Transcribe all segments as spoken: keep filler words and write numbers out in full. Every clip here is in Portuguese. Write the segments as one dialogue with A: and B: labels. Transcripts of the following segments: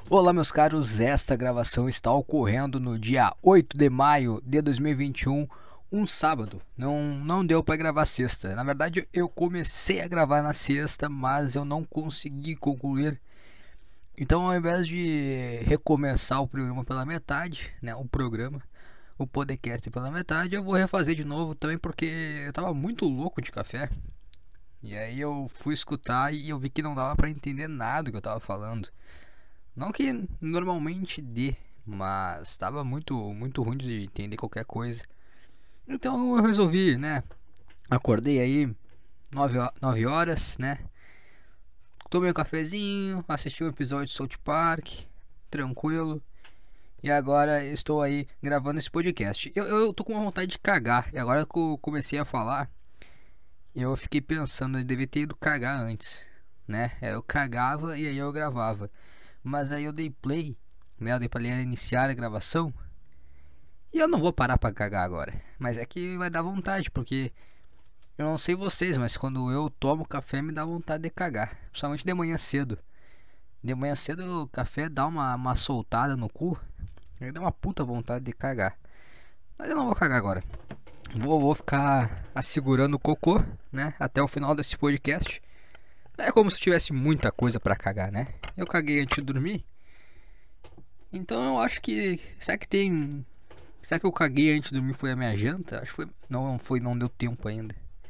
A: Olá, meus caros, esta gravação está ocorrendo no dia oito de maio de dois mil e vinte e um, um sábado. Não, não deu para gravar sexta. Na verdade, eu comecei a gravar na sexta, mas eu não consegui concluir. Então, ao invés de recomeçar o programa pela metade, né, o programa, o podcast pela metade, eu vou refazer de novo também porque eu tava muito louco de café. E aí eu fui escutar e eu vi que não dava para entender nada do que eu tava falando. Não que normalmente dê, mas estava muito, muito ruim de entender qualquer coisa. Então eu resolvi, né? Acordei aí nove horas, né? Tomei um cafezinho, assisti um episódio de South Park, tranquilo. E agora estou aí gravando esse podcast. Eu, eu tô com vontade de cagar. E agora que eu comecei a falar, eu fiquei pensando, eu devia ter ido cagar antes, né? Eu cagava e aí eu gravava. Mas aí eu dei play, né? Eu dei pra iniciar a gravação. E eu não vou parar pra cagar agora. Mas é que vai dar vontade, porque eu não sei vocês, mas quando eu tomo café me dá vontade de cagar. Principalmente de manhã cedo. De manhã cedo o café dá uma, uma soltada no cu. Aí dá uma puta vontade de cagar. Mas eu não vou cagar agora. Vou, vou ficar assegurando o cocô, né? Até o final desse podcast. É como se tivesse muita coisa pra cagar, né? Eu caguei antes de dormir. Então eu acho que... Será que tem... Será que eu caguei antes de dormir foi a minha janta? Acho que foi... Não, não foi, não deu tempo ainda.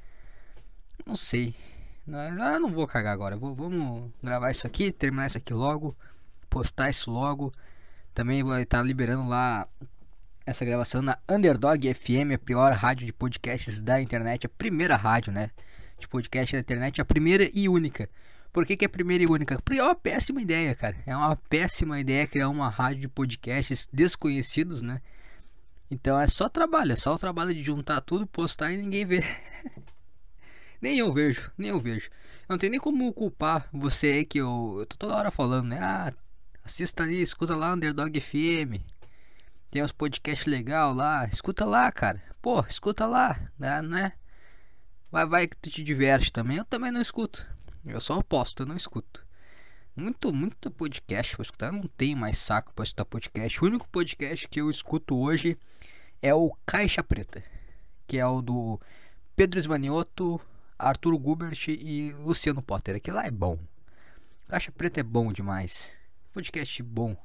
A: Não sei. Ah, eu não vou cagar agora. Vou, vamos gravar isso aqui, terminar isso aqui logo. Postar isso logo. Também vai estar liberando lá essa gravação na Underdog F M, a pior rádio de podcasts da internet. A primeira rádio, né? De podcast da internet, a primeira e única. Por que que é a primeira e única? Porque é uma péssima ideia, cara. É uma péssima ideia criar uma rádio de podcasts desconhecidos, né? Então é só trabalho, é só o trabalho de juntar tudo, postar e ninguém vê. Nem eu vejo, nem eu vejo. Eu não tenho nem como culpar você aí que eu, eu tô toda hora falando, né? Ah, assista ali, escuta lá Underdog F M. Tem uns podcasts legal lá, escuta lá, cara. Pô, escuta lá, né? Vai, vai que tu te diverte também. Eu também não escuto. Eu só posto, eu não escuto. Muito, muito podcast pra escutar. Eu não tenho mais saco pra escutar podcast. O único podcast que eu escuto hoje é o Caixa Preta, que é o do Pedro Esmanioto, Arthur Gubert e Luciano Potter. Aquilo lá é bom. Caixa Preta é bom demais. Podcast bom.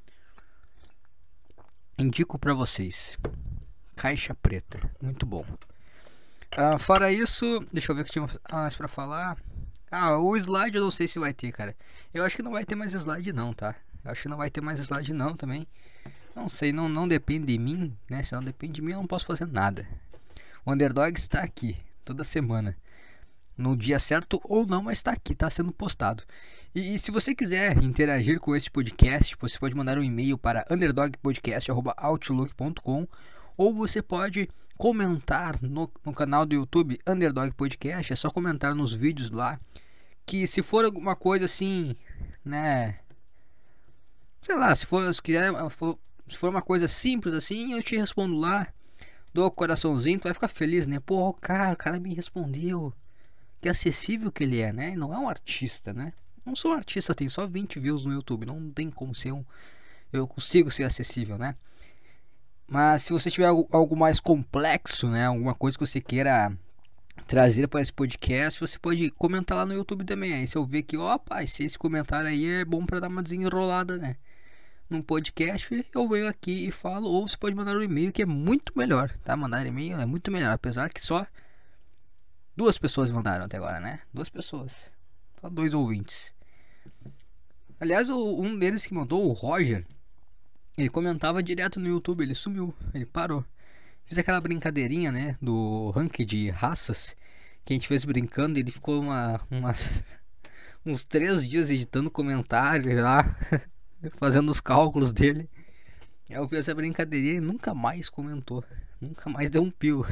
A: Indico pra vocês. Caixa Preta, muito bom. Ah, fora isso, deixa eu ver o que tinha mais pra falar. Ah, o slide eu não sei se vai ter, cara. Eu acho que não vai ter mais slide não, tá? Eu acho que não vai ter mais slide não também. Não sei, não, não depende de mim, né? Se não depende de mim eu não posso fazer nada. O Underdog está aqui, toda semana. No dia certo ou não, mas está aqui, está sendo postado. E, e se você quiser interagir com esse podcast, você pode mandar um e-mail para underdog podcast arroba outlook ponto com ou você pode comentar no, no canal do YouTube Underdog Podcast. É só comentar nos vídeos lá. Que se for alguma coisa assim, né? Sei lá, se for, se quiser, for, se for uma coisa simples assim, eu te respondo lá. Dou o coraçãozinho, tu vai ficar feliz, né? Pô, cara, o cara me respondeu. Que acessível que ele é, né? Não é um artista, né? Não sou um artista, tem só vinte views no YouTube. Não tem como ser um. Eu consigo ser acessível, né? Mas se você tiver algo, algo mais complexo, né? Alguma coisa que você queira trazer para esse podcast, você pode comentar lá no YouTube também. Aí se eu ver que, ó, pai, se esse comentário aí é bom para dar uma desenrolada, né? Num podcast, eu venho aqui e falo. Ou você pode mandar um e-mail, que é muito melhor, tá? Mandar e-mail é muito melhor, apesar que só duas pessoas mandaram até agora, né? Duas pessoas, só dois ouvintes. Aliás, o, um deles que mandou, o Roger, ele comentava direto no YouTube, ele sumiu, ele parou. Fiz aquela brincadeirinha, né, do ranking de raças, que a gente fez brincando e ele ficou uma, umas, uns três dias editando comentários lá, fazendo os cálculos dele. Eu fiz essa brincadeirinha e nunca mais comentou, nunca mais deu um pio.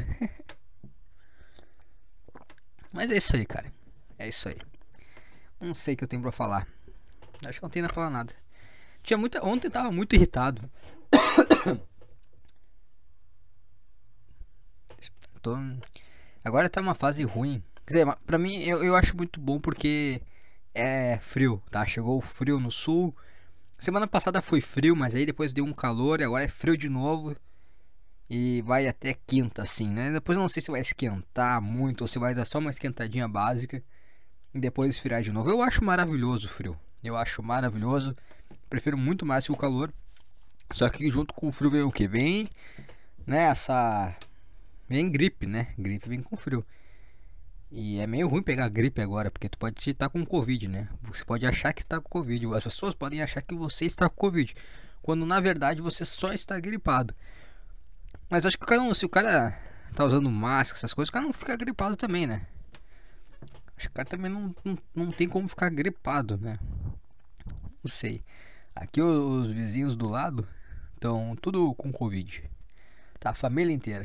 A: Mas é isso aí, cara, é isso aí. Não sei o que eu tenho pra falar. Acho que não tem nada pra falar nada. Tinha muita... Ontem eu tava muito irritado. Tô... Agora tá uma fase ruim. Quer dizer, pra mim eu, eu acho muito bom porque é frio, tá? Chegou o frio no sul. Semana passada foi frio, mas aí depois deu um calor e agora é frio de novo. E vai até quinta, assim, né? Depois eu não sei se vai esquentar muito ou se vai dar só uma esquentadinha básica e depois esfriar de novo. Eu acho maravilhoso o frio. Eu acho maravilhoso. Prefiro muito mais que o calor. Só que junto com o frio vem o que? Vem, né, essa... Vem gripe, né? Gripe vem com frio. E é meio ruim pegar gripe agora, porque tu pode estar com Covid, né? Você pode achar que está com Covid. As pessoas podem achar que você está com Covid, quando na verdade você só está gripado. Mas acho que o cara não, se o cara tá usando máscara, essas coisas, o cara não fica gripado também, né? Acho que o cara também não, não, não tem como ficar gripado, né? Não sei. Aqui os vizinhos do lado estão tudo com Covid. Tá, a família inteira.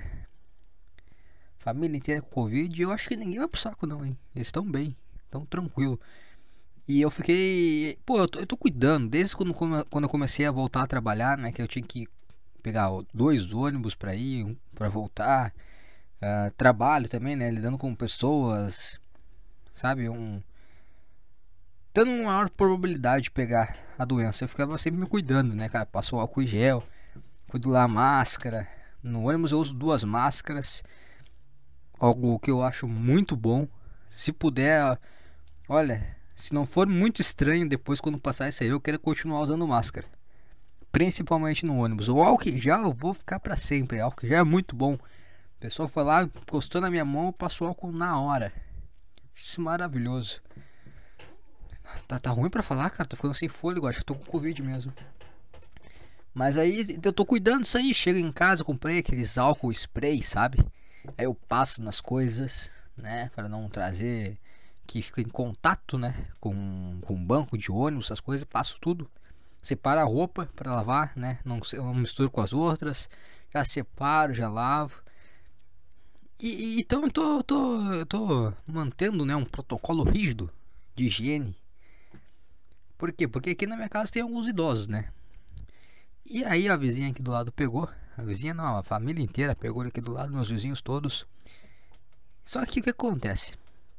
A: Família inteira com Covid. E eu acho que ninguém vai pro saco não, hein? Eles estão bem, estão tranquilo. E eu fiquei... Pô, eu tô, eu tô cuidando. Desde quando, quando eu comecei a voltar a trabalhar, né? Que eu tinha que pegar dois ônibus pra ir, um pra voltar. Uh, trabalho também, né? Lidando com pessoas, sabe? Um... Tendo uma maior probabilidade de pegar a doença. Eu ficava sempre me cuidando, né, cara? Passo álcool em gel, cuido lá a máscara. No ônibus eu uso duas máscaras. Algo que eu acho muito bom. Se puder, olha, se não for muito estranho depois quando passar isso aí, eu quero continuar usando máscara. Principalmente no ônibus. O álcool em gel eu vou ficar pra sempre. O álcool em gel é muito bom. A pessoa foi lá, encostou na minha mão, passou álcool na hora. Isso é maravilhoso. Tá, tá ruim pra falar, cara. Tô ficando sem fôlego. Acho que tô com Covid mesmo. Mas aí eu tô cuidando disso aí. Chego em casa, comprei aqueles álcool spray, sabe? Aí eu passo nas coisas, né? Pra não trazer que fica em contato, né? Com, com banco de ônibus, essas coisas. Passo tudo. Separo a roupa pra lavar, né? Não, eu não misturo com as outras. Já separo, já lavo. E, então eu tô, tô, eu tô mantendo, né, um protocolo rígido de higiene. Por quê? Porque aqui na minha casa tem alguns idosos, né? E aí a vizinha aqui do lado pegou. A vizinha não, a família inteira pegou aqui do lado, meus vizinhos todos. Só que o que acontece?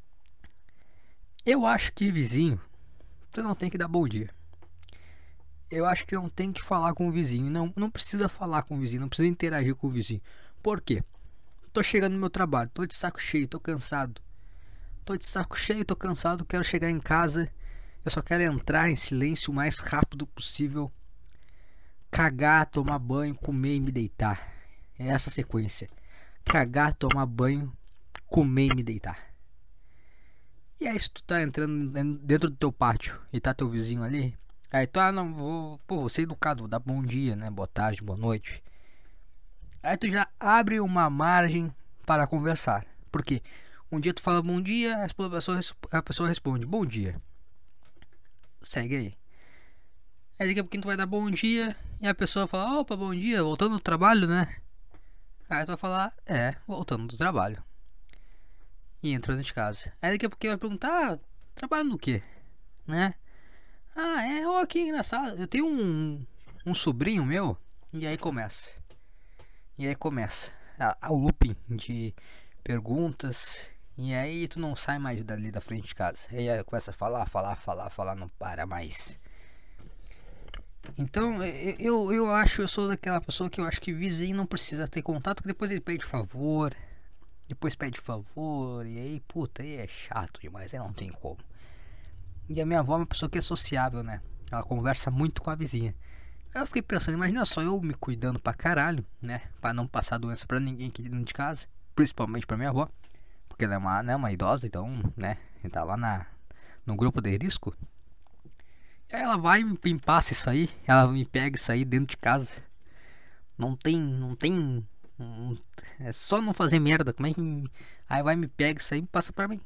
A: Eu acho que vizinho, você não tem que dar bom dia. Eu acho que não tem que falar com o vizinho. Não, não precisa falar com o vizinho, não precisa interagir com o vizinho. Por quê? Tô chegando no meu trabalho, tô de saco cheio, tô cansado. Tô de saco cheio, tô cansado, quero chegar em casa. Eu só quero entrar em silêncio o mais rápido possível. Cagar, tomar banho, comer e me deitar. É essa a sequência. Cagar, tomar banho, comer e me deitar. E aí se tu tá entrando dentro do teu pátio e tá teu vizinho ali, aí tu, ah não, vou, pô, vou ser educado, vou dar bom dia, né, boa tarde, boa noite. Aí tu já abre uma margem para conversar. Porque um dia tu fala bom dia, a pessoa, a pessoa responde bom dia. Segue aí. Aí daqui a pouquinho tu vai dar bom dia e a pessoa fala, opa, bom dia, voltando do trabalho, né? Aí tu vai falar, é, voltando do trabalho. E entrando de casa. Aí daqui a pouquinho vai perguntar, ah, trabalho no quê? Né? Ah, é, ó, que engraçado. Eu tenho um, um sobrinho meu. E aí começa. E aí começa o looping de perguntas. E aí tu não sai mais dali da frente de casa. E aí começa a falar, falar, falar, falar, não para mais. Então eu, eu acho, eu sou daquela pessoa que eu acho que vizinho não precisa ter contato, que depois ele pede favor. Depois pede favor. E aí, puta, aí é chato demais, aí não tem como. E a minha avó é uma pessoa que é sociável, né? Ela conversa muito com a vizinha. Aí eu fiquei pensando, imagina só eu me cuidando pra caralho, né? Pra não passar doença pra ninguém aqui dentro de casa. Principalmente pra minha avó. Porque ela é uma, né, uma idosa, então, né? Tá lá na, no grupo de risco. E aí ela vai e me passa isso aí. Ela me pega isso aí dentro de casa. Não tem, não tem... Não, é só não fazer merda. Como é que... Aí vai, me pega isso aí e passa pra mim.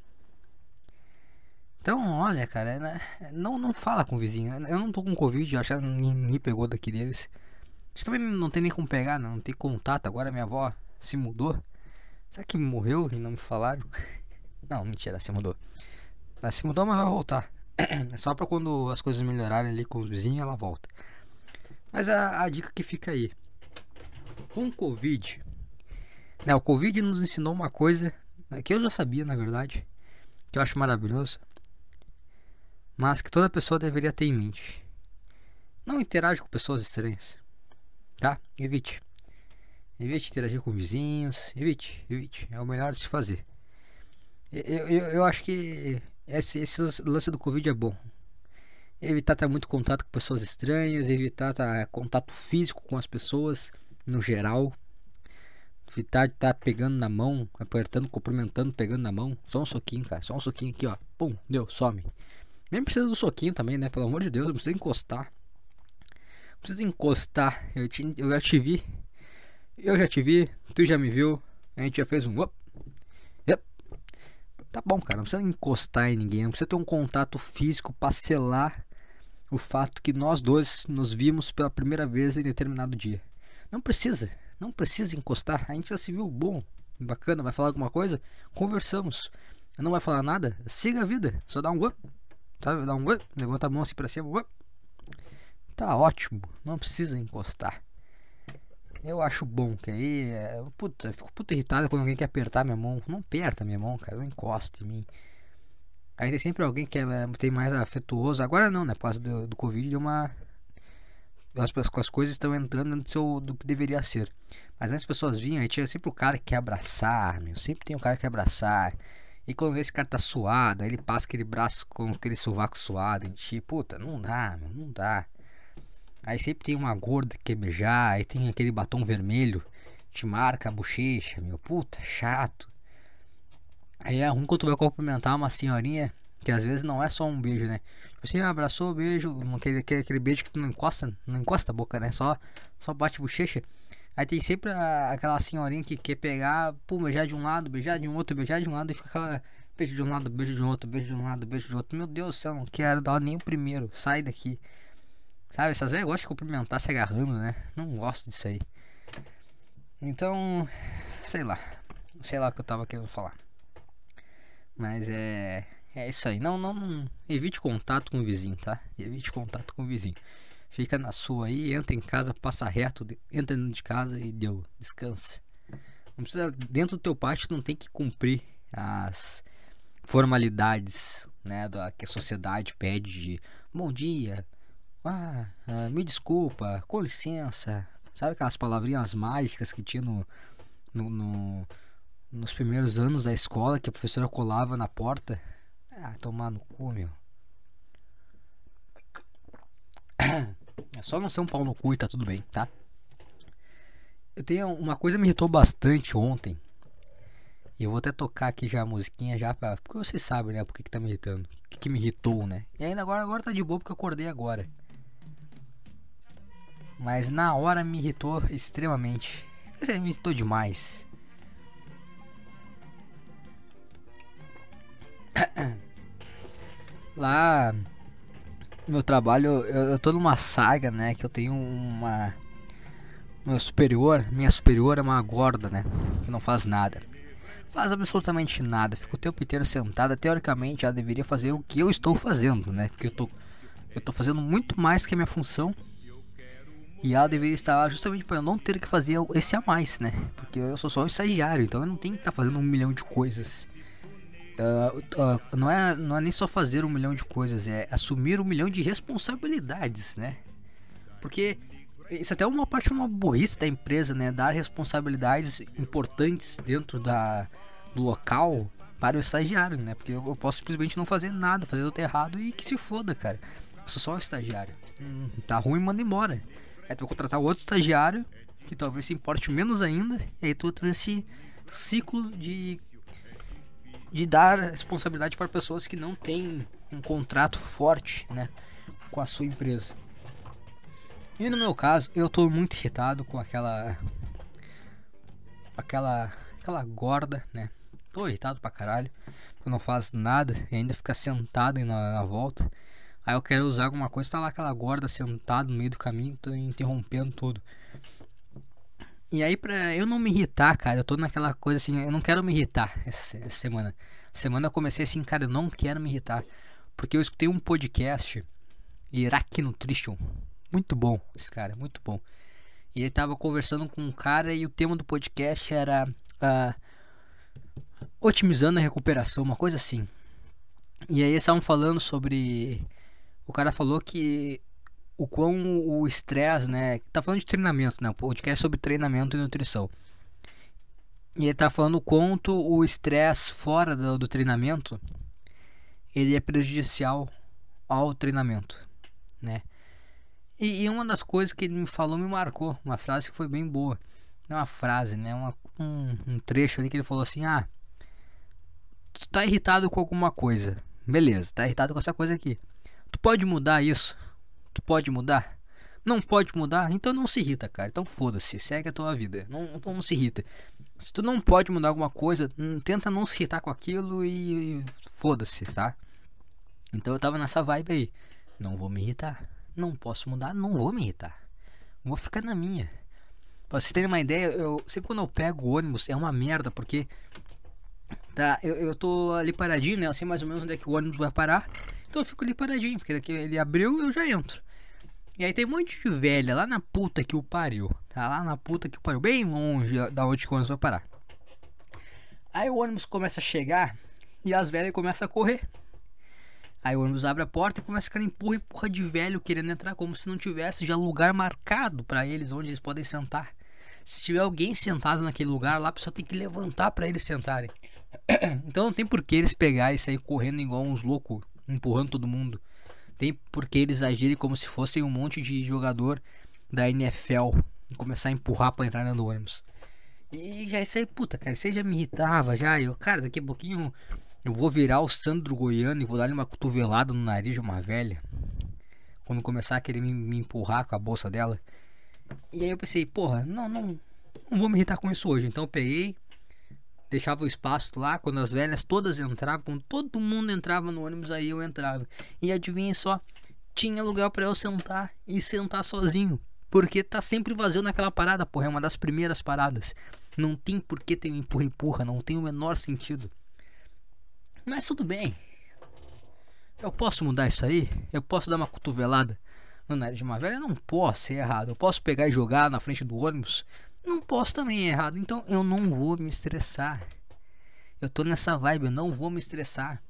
A: Então, olha, cara, né? não, não fala com o vizinho. Eu não tô com Covid, eu acho que ninguém pegou daqui deles. Acho que também não tem nem como pegar, não, não tem contato. Agora minha avó se mudou. Será que morreu e não me falaram? Não, mentira, se mudou. Mas se mudou, mas vai voltar. É só pra quando as coisas melhorarem ali com os vizinhos, ela volta. Mas a, a dica que fica aí. Com o Covid, né, o Covid nos ensinou uma coisa que eu já sabia, na verdade, que eu acho maravilhoso, mas que toda pessoa deveria ter em mente. não interage com pessoas estranhas, tá? Evite. Evite interagir com vizinhos. Evite, evite. É o melhor de se fazer. Eu, eu, eu acho que esse, esse lance do Covid é bom. Evitar ter muito contato com pessoas estranhas. Evitar ter contato físico com as pessoas no geral. Evitar de estar pegando na mão, apertando, cumprimentando, pegando na mão. Só um soquinho, cara. Só um soquinho aqui, ó. Pum, deu, some. Nem precisa do soquinho também, né? Pelo amor de Deus, não precisa encostar. Não precisa encostar. Eu, te, eu já te vi. Eu já te vi. Tu já me viu. A gente já fez um. Up, yep. Tá bom, cara. Não precisa encostar em ninguém. Não precisa ter um contato físico pra selar o fato que nós dois nos vimos pela primeira vez em determinado dia. Não precisa. Não precisa encostar. A gente já se viu bom, bacana. Vai falar alguma coisa? Conversamos. Não vai falar nada? Siga a vida. Só dá um up. Sabe? Dá um up. Levanta a mão assim pra cima. Up. Tá ótimo. Não precisa encostar. Eu acho bom. Que aí. É... Puta, eu fico puto irritado quando alguém quer apertar minha mão. Não aperta minha mão, cara. Não encosta em mim. Aí tem sempre alguém que é, tem mais afetuoso. Agora não, né? Por causa do, do Covid, deu uma. As, as coisas estão entrando do, seu, do que deveria ser. Mas antes as pessoas vinham, aí tinha sempre o cara que quer abraçar, meu. Sempre tem um cara que quer abraçar. E quando vê esse cara tá suado, aí ele passa aquele braço com aquele sovaco suado. A gente, puta, não dá, meu, não dá. Aí sempre tem uma gorda que quer beijar. Aí tem aquele batom vermelho, te marca a bochecha, meu. Puta, chato. Aí é ruim quando tu vai cumprimentar uma senhorinha, que às vezes não é só um beijo, né? Tipo assim, abraçou, beijo, aquele, aquele, aquele beijo que tu não encosta, não encosta a boca, né? Só, só bate bochecha. Aí tem sempre a, aquela senhorinha que quer pegar, pô, beijar de um lado, beijar de um outro, beijar de um lado e fica aquela beijo de um lado, beijo de um outro, beijo de um lado, beijo de outro. Meu Deus do céu, não quero dar nem o primeiro, sai daqui. Sabe, essas velhas gostam de cumprimentar se agarrando, né? Não gosto disso aí. Então, sei lá, sei lá o que eu tava querendo falar. Mas é... É isso aí, não, não, não, evite contato com o vizinho, tá? Evite contato com o vizinho. Fica na sua aí, entra em casa, passa reto, entra dentro de casa e deu, descansa. Não precisa, dentro do teu pátio não tem que cumprir as formalidades, né, da, que a sociedade pede de bom dia, ah, ah, me desculpa, com licença. Sabe aquelas palavrinhas mágicas que tinha no, no, no, nos primeiros anos da escola que a professora colava na porta? Ah, tomar no cu, meu. É só não ser um pau no cu e tá tudo bem, tá? Eu tenho uma coisa que me irritou bastante ontem. E eu vou até tocar aqui já a musiquinha já pra... Porque vocês sabem, né? Por que que tá me irritando. O que que me irritou, né? E ainda agora, agora tá de boa porque eu acordei agora. Mas na hora me irritou extremamente. Me irritou demais. Lá no meu trabalho, eu, eu tô numa saga, né? Que eu tenho uma... Meu superior, minha superior é uma gorda, né? Que não faz nada. Faz absolutamente nada. Fica o tempo inteiro sentada. Teoricamente, ela deveria fazer o que eu estou fazendo, né? Porque eu tô, eu tô fazendo muito mais que a minha função. E ela deveria estar lá justamente para eu não ter que fazer esse a mais, né? Porque eu sou só um estagiário, então eu não tenho que estar fazendo um milhão de coisas. Uh, uh, não, é, não é nem só fazer um milhão de coisas, é assumir um milhão de responsabilidades, né? Porque isso até é uma parte, uma burrice da empresa, né? Dar responsabilidades importantes dentro da, do local para o estagiário, né? Porque eu, eu posso simplesmente não fazer nada, fazer tudo errado e que se foda, cara. Eu sou só um estagiário. Hum, tá ruim, manda embora. Aí tu vai contratar outro estagiário que talvez se importe menos ainda. E aí tu entra nesse ciclo de de dar responsabilidade para pessoas que não têm um contrato forte, né, com a sua empresa. E no meu caso, eu tô muito irritado com aquela aquela aquela gorda, né? Tô irritado pra caralho, porque não faz nada e ainda fica sentado na, na volta. Aí eu quero usar alguma coisa, tá lá aquela gorda sentada no meio do caminho, tô interrompendo tudo. E aí, pra eu não me irritar, cara, eu tô naquela coisa assim, eu não quero me irritar essa, essa semana. Semana eu comecei assim, cara, eu não quero me irritar. Porque eu escutei um podcast, Iraque Nutrition. Muito bom, esse cara, muito bom. E ele tava conversando com um cara e o tema do podcast era uh, otimizando a recuperação, uma coisa assim. E aí eles estavam falando sobre... O cara falou que o quão o estresse, né? Tá falando de treinamento, né? O podcast é sobre treinamento e nutrição. E ele tá falando o quanto o estresse fora do, do treinamento ele é prejudicial ao treinamento, né? E, e uma das coisas que ele me falou me marcou, uma frase que foi bem boa. Não é uma frase, né? Uma, um, um trecho ali que ele falou assim: ah, tu tá irritado com alguma coisa. Beleza, tá irritado com essa coisa aqui. Tu pode mudar isso? Tu pode mudar? Não pode mudar? Então não se irrita, cara. Então foda-se, segue a tua vida. Não, então não se irrita. Se tu não pode mudar alguma coisa, tenta não se irritar com aquilo e, e foda-se, tá? Então eu tava nessa vibe aí. Não vou me irritar. Não posso mudar, não vou me irritar. Vou ficar na minha. Pra vocês terem uma ideia, eu sempre quando eu pego o ônibus é uma merda, porque tá, eu, eu tô ali paradinho, né? Eu sei mais ou menos onde é que o ônibus vai parar. Então eu fico ali paradinho, porque daqui ele abriu eu já entro. E aí tem um monte de velha lá na puta que o pariu. Tá lá na puta que o pariu, bem longe da onde o ônibus vai parar. Aí o ônibus começa a chegar e as velhas começam a correr. Aí o ônibus abre a porta e começa a ficar empurra, empurra de velho querendo entrar, como se não tivesse já lugar marcado pra eles onde eles podem sentar. Se tiver alguém sentado naquele lugar lá, a pessoa tem que levantar pra eles sentarem. Então não tem por que eles pegarem e sair correndo igual uns loucos, empurrando todo mundo. Tem por que eles agirem como se fossem um monte de jogador da N F L e começar a empurrar pra entrar dentro do ônibus. E já isso aí, puta, cara, isso aí já me irritava já. Eu, cara, daqui a pouquinho eu vou virar o Sandro Goiano e vou dar-lhe uma cotovelada no nariz de uma velha quando começar a querer me, me empurrar com a bolsa dela. E aí eu pensei, porra, não, não, não vou me irritar com isso hoje. Então eu peguei, deixava o espaço lá, quando as velhas todas entravam, quando todo mundo entrava no ônibus, aí eu entrava. E adivinha só, tinha lugar pra eu sentar e sentar sozinho. Porque tá sempre vazio naquela parada, porra, é uma das primeiras paradas. Não tem por que ter um empurra-empurra, não tem o menor sentido. Mas tudo bem. Eu posso mudar isso aí? Eu posso dar uma cotovelada no nariz de uma velha? Não posso ser errado. Eu posso pegar e jogar na frente do ônibus? Não posso também é errado. Então eu não vou me estressar. Eu tô nessa vibe, eu não vou me estressar.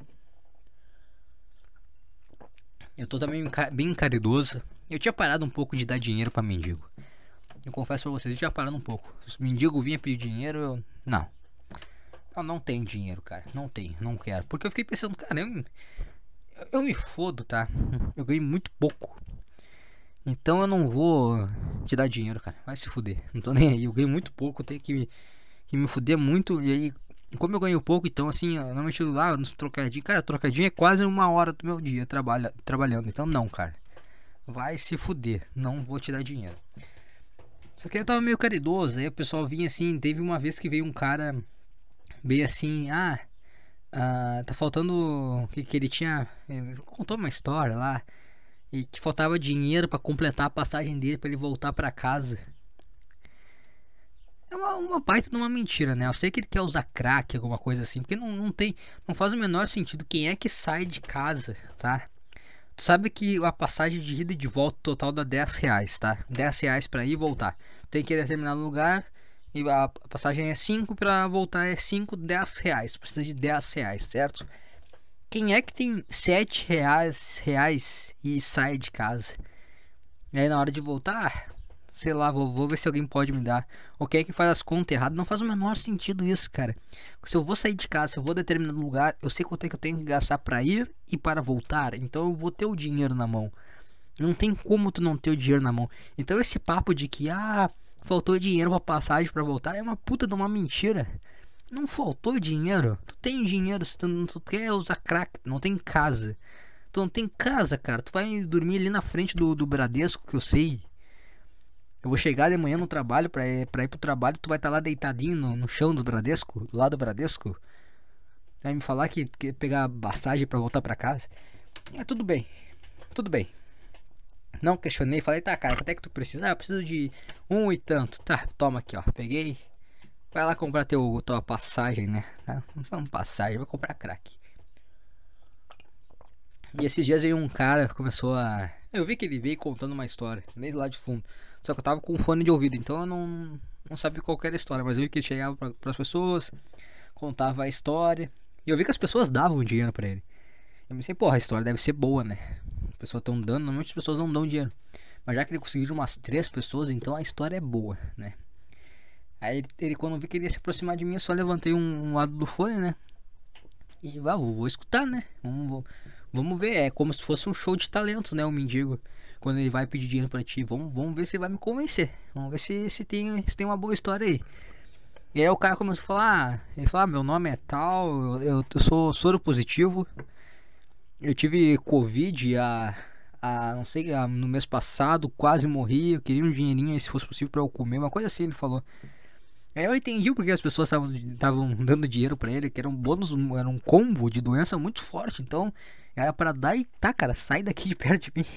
A: Eu tô também bem caridoso. Eu tinha parado um pouco de dar dinheiro pra mendigo. Eu confesso pra vocês, eu tinha parado um pouco. Se o mendigo vinha pedir dinheiro, eu... Não. Eu não tenho dinheiro, cara. Não tenho, não quero. Porque eu fiquei pensando, cara, eu, eu me fodo, tá? Eu ganhei muito pouco. Então eu não vou te dar dinheiro, cara. Vai se fuder. Não tô nem aí. Eu ganho muito pouco. Eu tenho que me, que me fuder muito. E aí, como eu ganho pouco, então assim, eu não mexo lá no trocadinho. Cara, trocadinho é quase uma hora do meu dia trabalha, trabalhando. Então não, cara. Vai se fuder. Não vou te dar dinheiro. Só que eu tava meio caridoso. Aí o pessoal vinha assim. Teve uma vez que veio um cara bem assim, ah, ah tá faltando que, que ele tinha, ele contou uma história lá e que faltava dinheiro pra completar a passagem dele pra ele voltar pra casa. É uma, uma baita de uma mentira, né? Eu sei que ele quer usar crack, alguma coisa assim, porque não, não tem, não faz o menor sentido. Quem é que sai de casa, tá? Tu sabe que a passagem de ida e de volta total dá dez reais, tá? dez reais pra ir e voltar. Tem que ir a determinado lugar. E a passagem é cinco, para voltar é cinco, dez reais. Precisa de dez reais, certo? Quem é que tem sete reais, reais e sai de casa? E aí na hora de voltar, sei lá, vou, vou ver se alguém pode me dar. Ou quem é que faz as contas erradas? Não faz o menor sentido isso, cara. Se eu vou sair de casa, se eu vou a determinado lugar, eu sei quanto é que eu tenho que gastar para ir e para voltar. Então eu vou ter o dinheiro na mão. Não tem como tu não ter o dinheiro na mão. Então esse papo de que, ah... faltou dinheiro pra passagem pra voltar é uma puta de uma mentira. Não faltou dinheiro. Tu tem dinheiro, se tu, tu quer usar crack, não tem casa. Tu não tem casa, cara. Tu vai dormir ali na frente do, do Bradesco, que eu sei. Eu vou chegar de manhã no trabalho, pra, pra ir pro trabalho, tu vai estar tá lá deitadinho no, no chão do Bradesco, do lado do Bradesco. Vai me falar que quer pegar passagem pra voltar pra casa. É, tudo bem. Tudo bem. Não questionei, falei, tá, cara, quanto é que tu precisa? Ah, eu preciso de um e tanto. Tá, toma aqui, ó, peguei. Vai lá comprar teu, tua passagem, né? Não, passagem, vai comprar crack. E esses dias veio um cara, começou a... Eu vi que ele veio contando uma história, desde lá de fundo. Só que eu tava com fone de ouvido, então eu não, não sabia qual era a história. Mas eu vi que ele chegava pra, pras pessoas, contava a história. E eu vi que as pessoas davam dinheiro pra ele. Eu pensei, porra, a história deve ser boa, né? As pessoas estão dando, normalmente as pessoas não dão dinheiro. Mas já que ele conseguiu umas três pessoas, então a história é boa, né? Aí ele, ele quando vi que ele ia se aproximar de mim, eu só levantei um, um lado do fone, né? E ah, vou, vou escutar, né? Vamos, vou, vamos ver, é como se fosse um show de talentos, né? O mendigo, quando ele vai pedir dinheiro pra ti, vamos, vamos ver se vai me convencer. Vamos ver se, se, tem, se tem uma boa história aí. E aí o cara começou a falar, ele falou, ah, meu nome é tal, eu, eu, eu sou soro positivo. Eu tive Covid há, há não sei, há, no mês passado, quase morri, eu queria um dinheirinho aí, se fosse possível pra eu comer, uma coisa assim ele falou. Aí eu entendi porque as pessoas estavam dando dinheiro pra ele, que era um bônus, era um combo de doença muito forte, então era pra dar e tá, cara, sai daqui de perto de mim.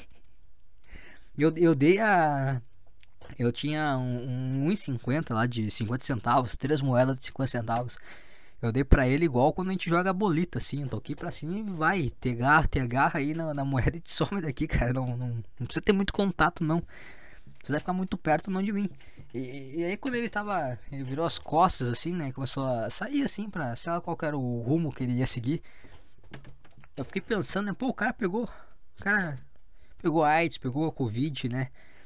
A: Eu, eu dei a... Eu tinha um, um um e cinquenta lá de cinquenta centavos, três moedas de cinquenta centavos. Eu dei pra ele igual quando a gente joga bolita, assim, eu toquei pra cima e vai, te agarra, te agarra aí na, na moeda e te some daqui, cara, não, não, não precisa ter muito contato, não. Precisa ficar muito perto, não de mim. E, e aí quando ele tava, ele virou as costas, assim, né, começou a sair, assim, pra, sei lá qual que era o rumo que ele ia seguir. Eu fiquei pensando, né, pô, o cara pegou, o cara pegou AIDS, pegou a Covid, né.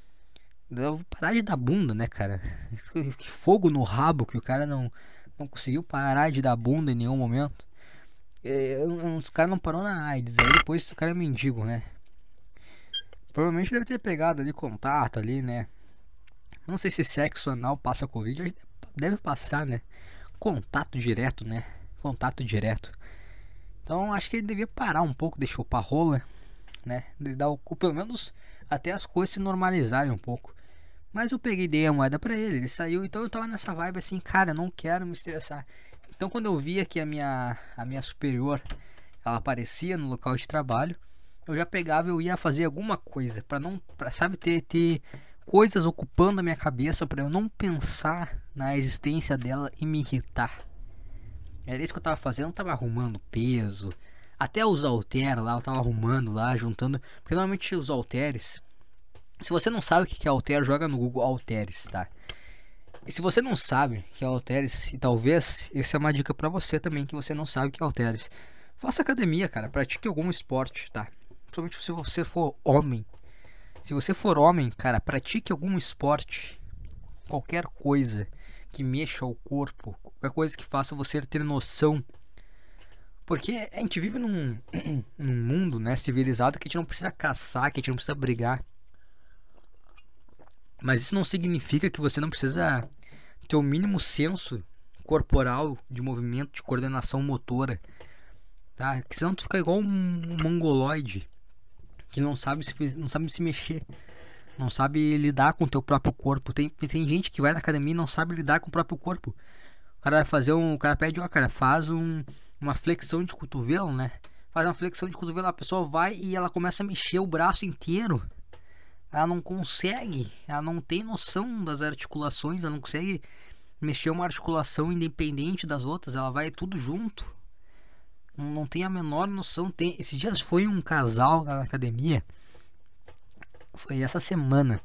A: Eu vou parar de dar bunda, né, cara? Que fogo no rabo que o cara não, não conseguiu parar de dar bunda em nenhum momento. É, os caras não parou na AIDS, aí depois o cara é mendigo, né? Provavelmente deve ter pegado ali contato ali, né? Não sei se sexo anal passa Covid, mas deve passar, né? Contato direto, né? Contato direto. Então acho que ele devia parar um pouco de chupar rola, né? De dar o cu, pelo menos até as coisas se normalizarem um pouco. Mas eu peguei e dei a moeda pra ele, ele saiu, então eu tava nessa vibe assim, cara, não quero me estressar. Então quando eu via que a minha, a minha superior, ela aparecia no local de trabalho, eu já pegava e eu ia fazer alguma coisa, pra não, pra, sabe, ter, ter coisas ocupando a minha cabeça pra eu não pensar na existência dela e me irritar. Era isso que eu tava fazendo, eu tava arrumando peso, até os halteres lá, eu tava arrumando lá, juntando, porque normalmente os halteres... Se você não sabe o que é halter, joga no Google halteres, tá? E se você não sabe o que é halteres, e talvez essa é uma dica pra você também, que você não sabe o que é halteres, faça academia, cara, pratique algum esporte, tá? Principalmente se você for homem. Se você for homem, cara, pratique algum esporte, qualquer coisa que mexa o corpo, qualquer coisa que faça você ter noção. Porque a gente vive num, num mundo, né, civilizado, que a gente não precisa caçar, que a gente não precisa brigar. Mas isso não significa que você não precisa ter o mínimo senso corporal de movimento, de coordenação motora, tá? Que senão tu fica igual um mongoloide que não sabe se, não sabe se mexer, não sabe lidar com o teu próprio corpo. Tem, tem gente que vai na academia e não sabe lidar com o próprio corpo. O cara vai fazer um, o cara pede, ó, cara, faz um, uma flexão de cotovelo, né? Faz uma flexão de cotovelo, a pessoa vai e ela começa a mexer o braço inteiro. Ela não consegue, ela não tem noção das articulações, ela não consegue mexer uma articulação independente das outras, ela vai tudo junto. Não, não tem a menor noção. Tem, esses dias foi um casal na academia, foi essa semana,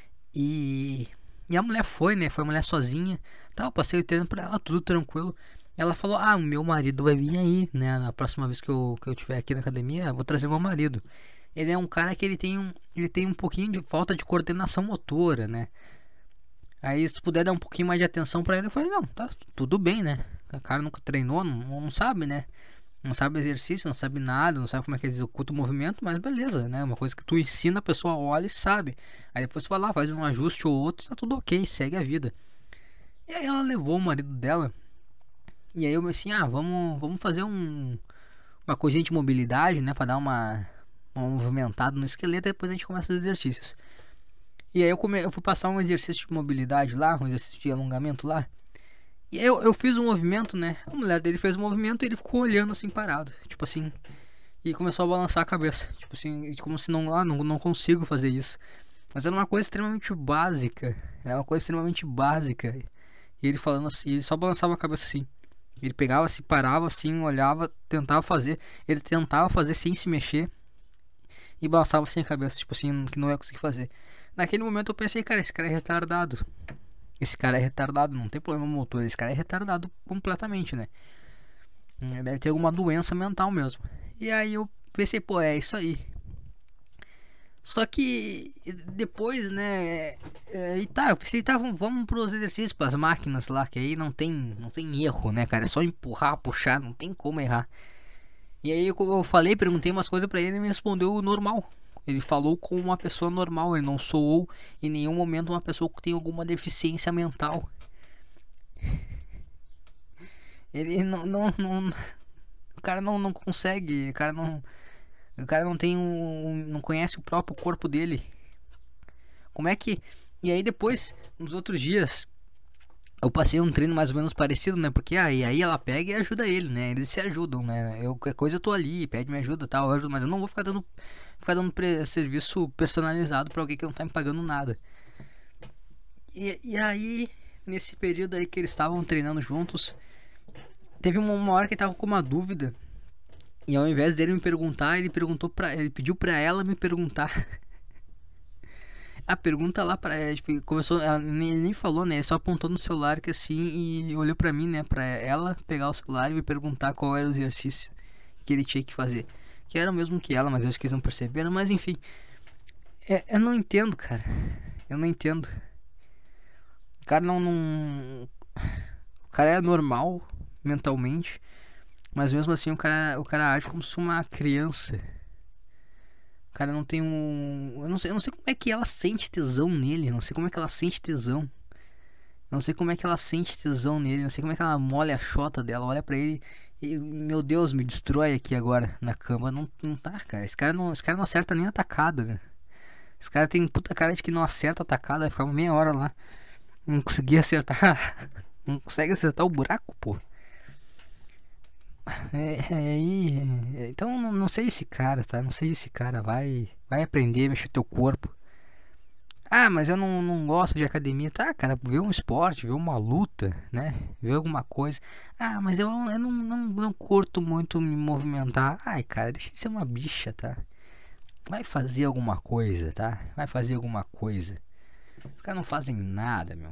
A: e, e a mulher foi, né? Foi a mulher sozinha, tá, eu passei o treino pra ela, tudo tranquilo. Ela falou, ah, o meu marido vai vir aí, né? Na próxima vez que eu, que eu estiver aqui na academia, eu vou trazer meu marido. Ele é um cara que ele tem um, ele tem um pouquinho de falta de coordenação motora, né? Aí se tu puder dar um pouquinho mais de atenção pra ele, eu falei, não, tá tudo bem, né? O cara nunca treinou, não, não sabe, né? Não sabe exercício, não sabe nada, não sabe como é que executa o movimento, mas beleza, né? Uma coisa que tu ensina, a pessoa olha e sabe. Aí depois tu vai lá, faz um ajuste ou outro, tá tudo ok, segue a vida. E aí ela levou o marido dela. E aí eu me assim, ah, vamos, vamos fazer um, uma coisinha de mobilidade, né? Pra dar uma... um movimentado no esqueleto, e depois a gente começa os exercícios. E aí eu, come... eu fui passar um exercício de mobilidade lá, um exercício de alongamento lá. E aí eu, eu fiz um movimento, né? A mulher dele fez um movimento e ele ficou olhando assim parado, tipo assim, e começou a balançar a cabeça, tipo assim, como se não, ah, não, não consigo fazer isso. Mas era uma coisa extremamente básica, era uma coisa extremamente básica. E ele falando assim, ele só balançava a cabeça assim. Ele pegava, se parava assim, olhava, tentava fazer, ele tentava fazer sem se mexer. E balançava assim a cabeça, tipo assim, que não ia conseguir fazer. Naquele momento eu pensei, cara, esse cara é retardado. Esse cara é retardado, não tem problema motor. Esse cara é retardado completamente, né? Deve ter alguma doença mental mesmo. E aí eu pensei, pô, é isso aí. Só que depois, né, é, e tá, eu pensei, tá, vamos, vamos pros exercícios, pras máquinas lá, que aí não tem, não tem erro, né, cara, é só empurrar, puxar, não tem como errar. E aí eu, eu falei, perguntei umas coisas pra ele e ele me respondeu normal. Ele falou como uma pessoa normal, ele não soou em nenhum momento uma pessoa que tem alguma deficiência mental. Ele não, não, não o cara não, não consegue, o cara não, o cara não tem um, não conhece o próprio corpo dele. Como é que... E aí depois, nos outros dias, eu passei um treino mais ou menos parecido, né? Porque aí, aí ela pega e ajuda ele, né? Eles se ajudam, né? Eu, qualquer coisa eu tô ali, pede me ajuda e tal, eu ajudo, mas eu não vou ficar dando, ficar dando pre- serviço personalizado pra alguém que não tá me pagando nada. E, e aí, nesse período aí que eles estavam treinando juntos, teve uma, uma hora que ele tava com uma dúvida. E ao invés dele me perguntar, ele perguntou para, ele pediu pra ela me perguntar. A pergunta lá para começou, ela nem, nem falou, né? Ele só apontou no celular que assim e olhou pra mim, né? Pra ela pegar o celular e me perguntar qual era o exercício que ele tinha que fazer. Que era o mesmo que ela, mas eu acho que eles não perceberam. Mas enfim, é, eu não entendo, cara. Eu não entendo. O cara não, não, o cara é normal mentalmente, mas mesmo assim o cara, o cara age como se fosse uma criança. O cara não tem um... Eu não sei, eu não sei como é que ela sente tesão nele. Não sei como é que ela sente tesão. Não sei como é que ela sente tesão nele. Não sei como é que ela molha a chota dela. Olha pra ele e... Meu Deus, me destrói aqui agora na cama. Não, não tá, cara. Esse cara não, esse cara não acerta nem a tacada, né? Esse cara tem puta cara de que não acerta a tacada. Vai ficar meia hora lá. Não conseguia acertar. Não consegue acertar o buraco, pô. É, é, aí, é, então não, não seja esse cara, tá? Não seja esse cara, vai, vai aprender a mexer teu corpo. Ah, mas eu não, não gosto de academia, tá, cara? Vê um esporte, vê uma luta, né? Vê alguma coisa. Ah, mas eu, eu não, não, não curto muito me movimentar. Ai, cara, deixa de ser uma bicha, tá? Vai fazer alguma coisa, tá? Vai fazer alguma coisa. Os caras não fazem nada, meu.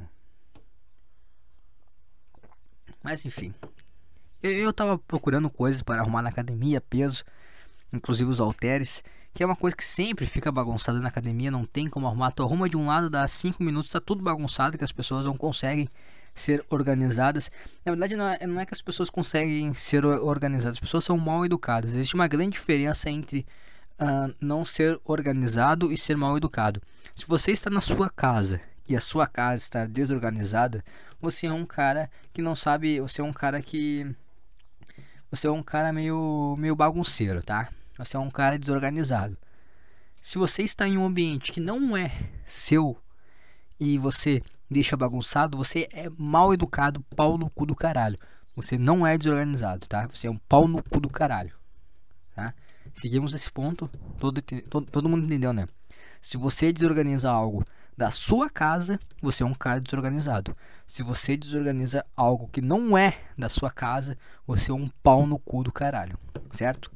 A: Mas enfim. Eu, eu tava procurando coisas para arrumar na academia, peso, inclusive os halteres, que é uma coisa que sempre fica bagunçada na academia, não tem como arrumar. Tu arruma de um lado, dá cinco minutos, tá tudo bagunçado, que as pessoas não conseguem ser organizadas. Na verdade, não é, não é que as pessoas conseguem ser organizadas, as pessoas são mal educadas. Existe uma grande diferença entre uh, não ser organizado e ser mal educado. Se você está na sua casa e a sua casa está desorganizada, você é um cara que não sabe, você é um cara que... Você é um cara meio, meio bagunceiro, tá? Você é um cara desorganizado. Se você está em um ambiente que não é seu e você deixa bagunçado, você é mal educado, pau no cu do caralho. Você não é desorganizado, tá? Você é um pau no cu do caralho, tá? Seguimos esse ponto, todo, todo, todo mundo entendeu, né? Se você desorganiza algo da sua casa, você é um cara desorganizado. Se você desorganiza algo que não é da sua casa, você é um pau no cu do caralho, certo?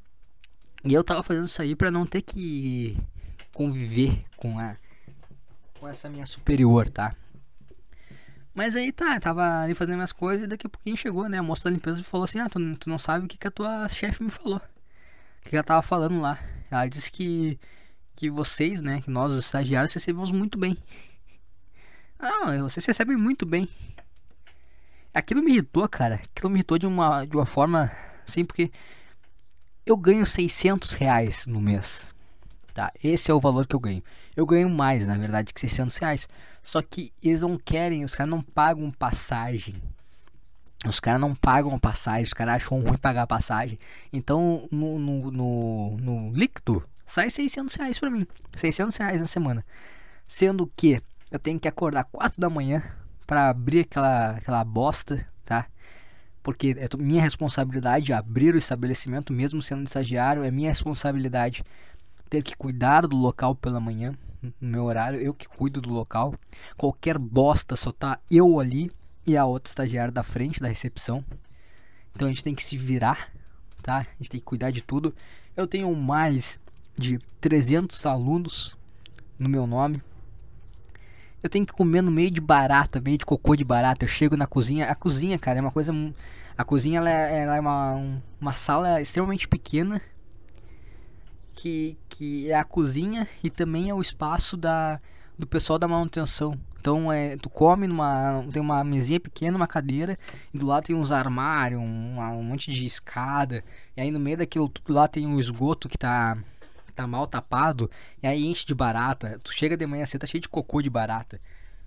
A: E eu tava fazendo isso aí pra não ter que conviver com a com essa minha superior, tá? Mas aí tá, tava ali fazendo minhas coisas e daqui a pouquinho chegou, né? A moça da limpeza e falou assim: ah, tu, tu não sabe o que, que a tua chefe me falou. O que, que ela tava falando lá. Ela disse que que vocês, né, que nós os estagiários recebemos muito bem. Não, vocês recebem muito bem. Aquilo me irritou, cara. Aquilo me irritou de uma, de uma forma assim, porque eu ganho seiscentos reais no mês, tá? Esse é o valor que eu ganho. Eu ganho mais, na verdade, que seiscentos reais. Só que eles não querem, os caras não pagam passagem. Os caras não pagam passagem, os caras acham ruim pagar passagem. Então, no, no, no, no líquido, sai seiscentos reais pra mim. seiscentos reais na semana. Sendo que eu tenho que acordar quatro da manhã pra abrir aquela, aquela bosta, tá? Porque é minha responsabilidade abrir o estabelecimento, mesmo sendo estagiário. É minha responsabilidade ter que cuidar do local pela manhã, no meu horário. Eu que cuido do local. Qualquer bosta só tá eu ali e a outra estagiária da frente da recepção. Então a gente tem que se virar, tá? A gente tem que cuidar de tudo. Eu tenho mais de trezentos alunos no meu nome. Eu tenho que comer no meio de barata, meio de cocô de barata. Eu chego na cozinha. A cozinha, cara, é uma coisa... A cozinha, ela é, ela é uma, uma sala extremamente pequena. que, que é a cozinha e também é o espaço da, do pessoal da manutenção. Então é, tu come numa. Tem uma mesinha pequena, uma cadeira, e do lado tem uns armários, um, um monte de escada. E aí no meio daquilo tudo lá tem um esgoto que tá, tá mal tapado. E aí enche de barata. Tu chega de manhã cedo, tá cheio de cocô de barata.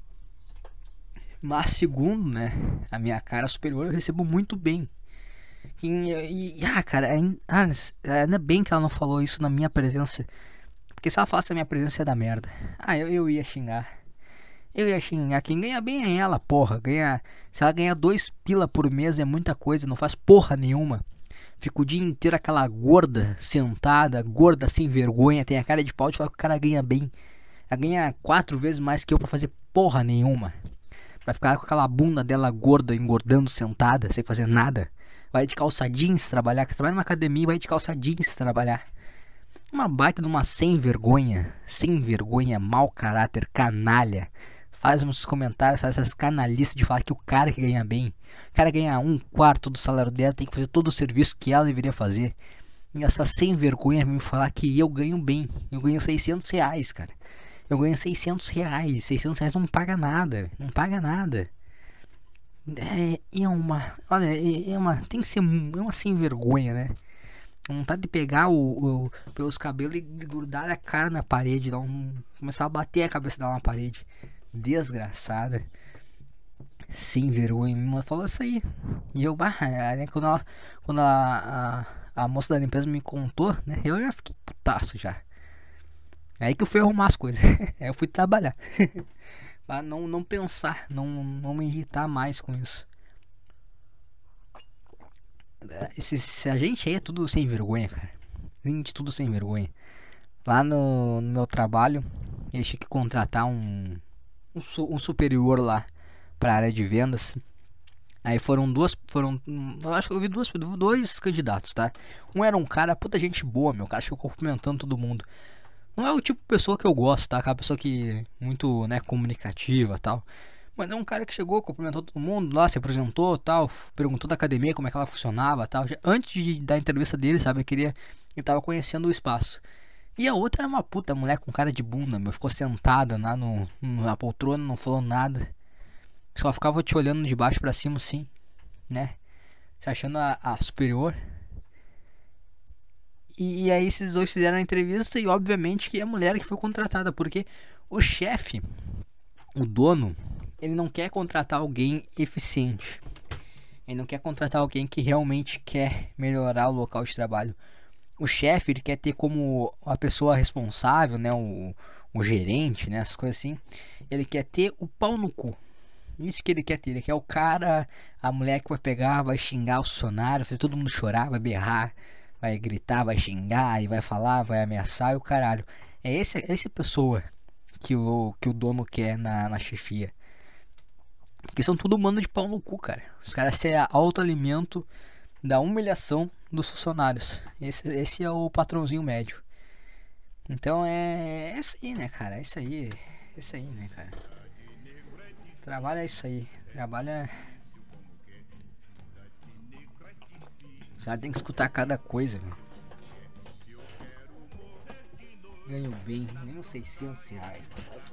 A: Mas segundo, né, a minha cara superior, eu recebo muito bem. E, e, e ah, cara, ainda, ah, ainda bem que ela não falou isso na minha presença. Porque se ela falasse a minha presença é da merda. Ah, eu, eu ia xingar. Eu ia xingar. Quem ganha bem é ela, porra. Ganha, se ela ganhar dois pila por mês é muita coisa. Não faz porra nenhuma. Fica o dia inteiro aquela gorda sentada, gorda sem vergonha. Tem a cara de pau de falar que o cara ganha bem. Ela ganha quatro vezes mais que eu pra fazer porra nenhuma. Pra ficar com aquela bunda dela gorda, engordando, sentada, sem fazer nada. Vai de calça jeans trabalhar. Que trabalha numa academia, vai de calça jeans trabalhar. Uma baita de uma sem vergonha. Sem vergonha, mau caráter, canalha. Faz uns comentários, faz essas canalices de falar que o cara que ganha bem, o cara ganha um quarto do salário dela, tem que fazer todo o serviço que ela deveria fazer. E essa sem vergonha me falar que eu ganho bem. Eu ganho seiscentos reais, cara. Eu ganho seiscentos reais. seiscentos reais não paga nada. Não paga nada. É, é uma. Olha, é, é uma. Tem que ser é uma sem vergonha, né? Vontade de pegar o, o, pelos cabelos e grudar a cara na parede. Dar um, começar a bater a cabeça dela na parede. Desgraçada. Sem vergonha. Minha mãe falou isso aí. E eu, bah, né, quando, ela, quando a, a, a moça da limpeza me contou, né? Eu já fiquei putaço já. Aí que eu fui arrumar as coisas. Aí eu fui trabalhar. Pra não, não pensar, não, não me irritar mais com isso. Esse, esse, a gente aí é tudo sem vergonha, cara. Gente, tudo sem vergonha. Lá no, no meu trabalho, eles tinham que contratar um, um, um superior lá pra área de vendas. Aí foram duas, foram, eu acho que eu vi duas, dois candidatos, tá? Um era um cara, puta gente boa, meu, o cara ficou cumprimentando todo mundo. Não é o tipo de pessoa que eu gosto, tá? Aquela pessoa que muito, né, comunicativa, tal. Mas é um cara que chegou, cumprimentou todo mundo lá, se apresentou, tal, perguntou da academia como é que ela funcionava, tal. Já, antes de, da entrevista dele, sabe, ele queria, ele tava conhecendo o espaço. E a outra era uma puta mulher com cara de bunda, meu, ficou sentada lá no, no, na poltrona, não falou nada. Só ficava te olhando de baixo pra cima, assim, né? Se achando a, a superior. E, e aí esses dois fizeram a entrevista e obviamente que é a mulher que foi contratada, porque o chefe, o dono, ele não quer contratar alguém eficiente. Ele não quer contratar alguém que realmente quer melhorar o local de trabalho. O chefe, ele quer ter como a pessoa responsável, né, o, o gerente, né, essas coisas assim. Ele quer ter o pau no cu. Isso que ele quer ter. Ele quer o cara, a mulher que vai pegar, vai xingar o funcionário, fazer todo mundo chorar, vai berrar, vai gritar, vai xingar, e vai falar, vai ameaçar e o caralho. É esse, é essa pessoa que o, que o dono quer na, na chefia. Porque são tudo mano de pau no cu, cara. Os caras se autoalimentam da humilhação dos funcionários. Esse, esse é o patrãozinho médio. Então é, é isso aí, né, cara? É isso aí. É isso aí, né, cara? Trabalho é isso aí. Trabalho é... O cara tem que escutar cada coisa, meu. Ganho bem. Nem seiscentos reais.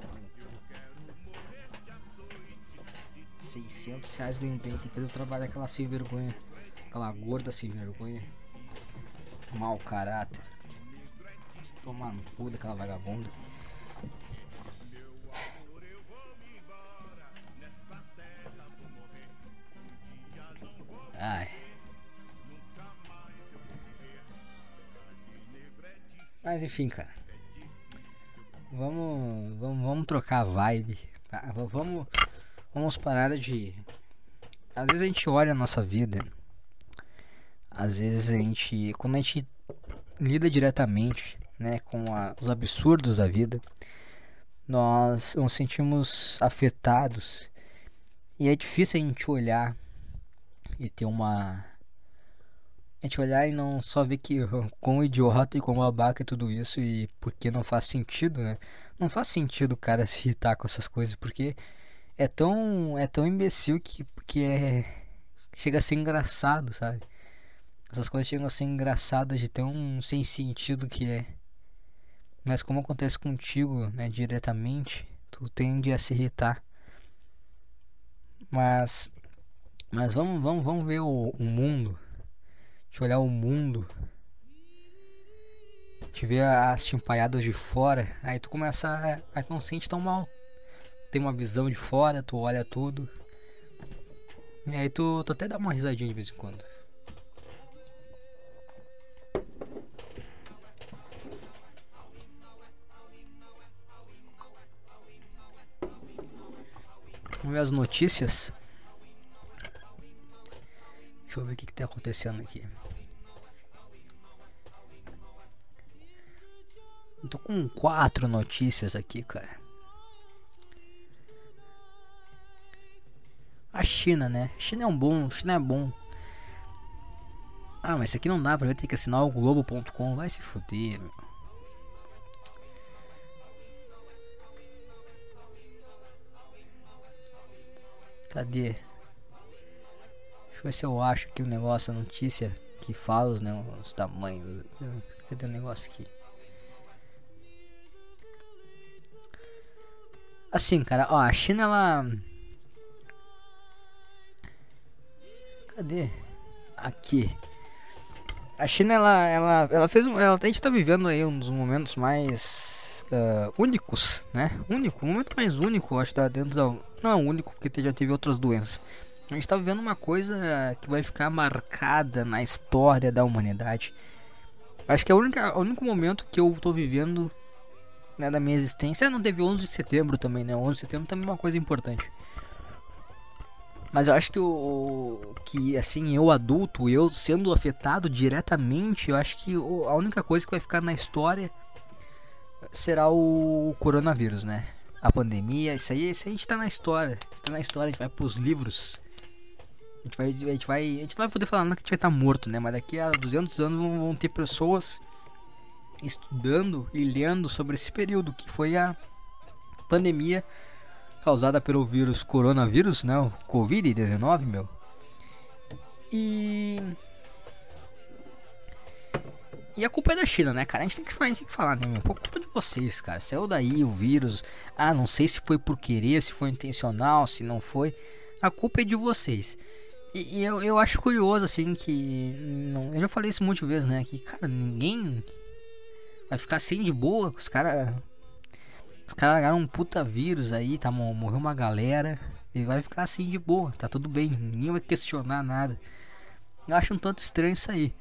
A: seiscentos reais ganho bem. Tem que fazer o trabalho daquela sem vergonha. Aquela gorda sem vergonha. Mau caráter. Tomar no cu daquela vagabunda. Ai. Mas enfim, cara. Vamos, vamos, vamos trocar a vibe. Tá? Vamos, vamos parar de... Às vezes a gente olha a nossa vida. Às vezes a gente... Quando a gente lida diretamente, né, com a, os absurdos da vida, nós nos sentimos afetados. E é difícil a gente olhar e ter uma... A gente olhar e não só ver que quão idiota e quão babaca é tudo isso e porque não faz sentido, né? Não faz sentido o cara se irritar com essas coisas, porque é tão, é tão imbecil que, que é, chega a ser engraçado, sabe? Essas coisas chegam a ser engraçadas de tão sem sentido que é. Mas como acontece contigo, né, diretamente, tu tende a se irritar. Mas, mas vamos, vamos, vamos ver o, o mundo. Deixa eu olhar o mundo. Te ver as chimpaiadas de fora. Aí tu começa a, a não se sente tão mal. Tem uma visão de fora, tu olha tudo. E aí tu, tu até dá uma risadinha de vez em quando. Vamos ver as notícias. Deixa eu ver o que, que tá acontecendo aqui. Eu tô com quatro notícias aqui, cara. A China, né? A China é um bom, a China é bom. Ah, mas isso aqui não dá pra ver, ter que assinar o globo ponto com. Vai se fuder, meu. Cadê? Deixa eu ver se eu acho aqui o negócio, a notícia que fala os, né, os tamanhos. Cadê o negócio aqui? Assim, cara, ó, a China, ela... Cadê? Aqui. A China, ela, ela, ela fez um... Ela, a gente tá vivendo aí um dos momentos mais uh, únicos, né? Único, o momento mais único, acho, da dentro da... Não, único, porque já teve outras doenças. A gente tá vivendo uma coisa que vai ficar marcada na história da humanidade. Acho que é o único momento que eu tô vivendo, né, da minha existência. Não teve onze de setembro também, né? onze de setembro também é uma coisa importante. Mas eu acho que o que assim, eu adulto, eu sendo afetado diretamente, eu acho que a única coisa que vai ficar na história será o coronavírus, né? A pandemia, isso aí, isso aí a gente tá na história. Está na história, a gente vai pros livros. A gente vai, a gente vai, a gente não vai poder falar nada que a gente vai estar morto, né? Mas daqui a duzentos anos vão ter pessoas estudando e lendo sobre esse período que foi a pandemia causada pelo vírus coronavírus, né? O covid dezenove, meu. E... E a culpa é da China, né, cara? A gente tem que, a gente tem que falar, né, meu? Pô, culpa de vocês, cara. Saiu daí o vírus. Ah, não sei se foi por querer, se foi intencional, se não foi. A culpa é de vocês. E, e eu, eu acho curioso, assim, que... Não, eu já falei isso muitas vezes, né? Que, cara, ninguém vai ficar assim de boa. Os caras... Os caras largaram um puta vírus aí, tá? Morreu uma galera. E vai ficar assim de boa, tá tudo bem. Ninguém vai questionar nada. Eu acho um tanto estranho isso aí.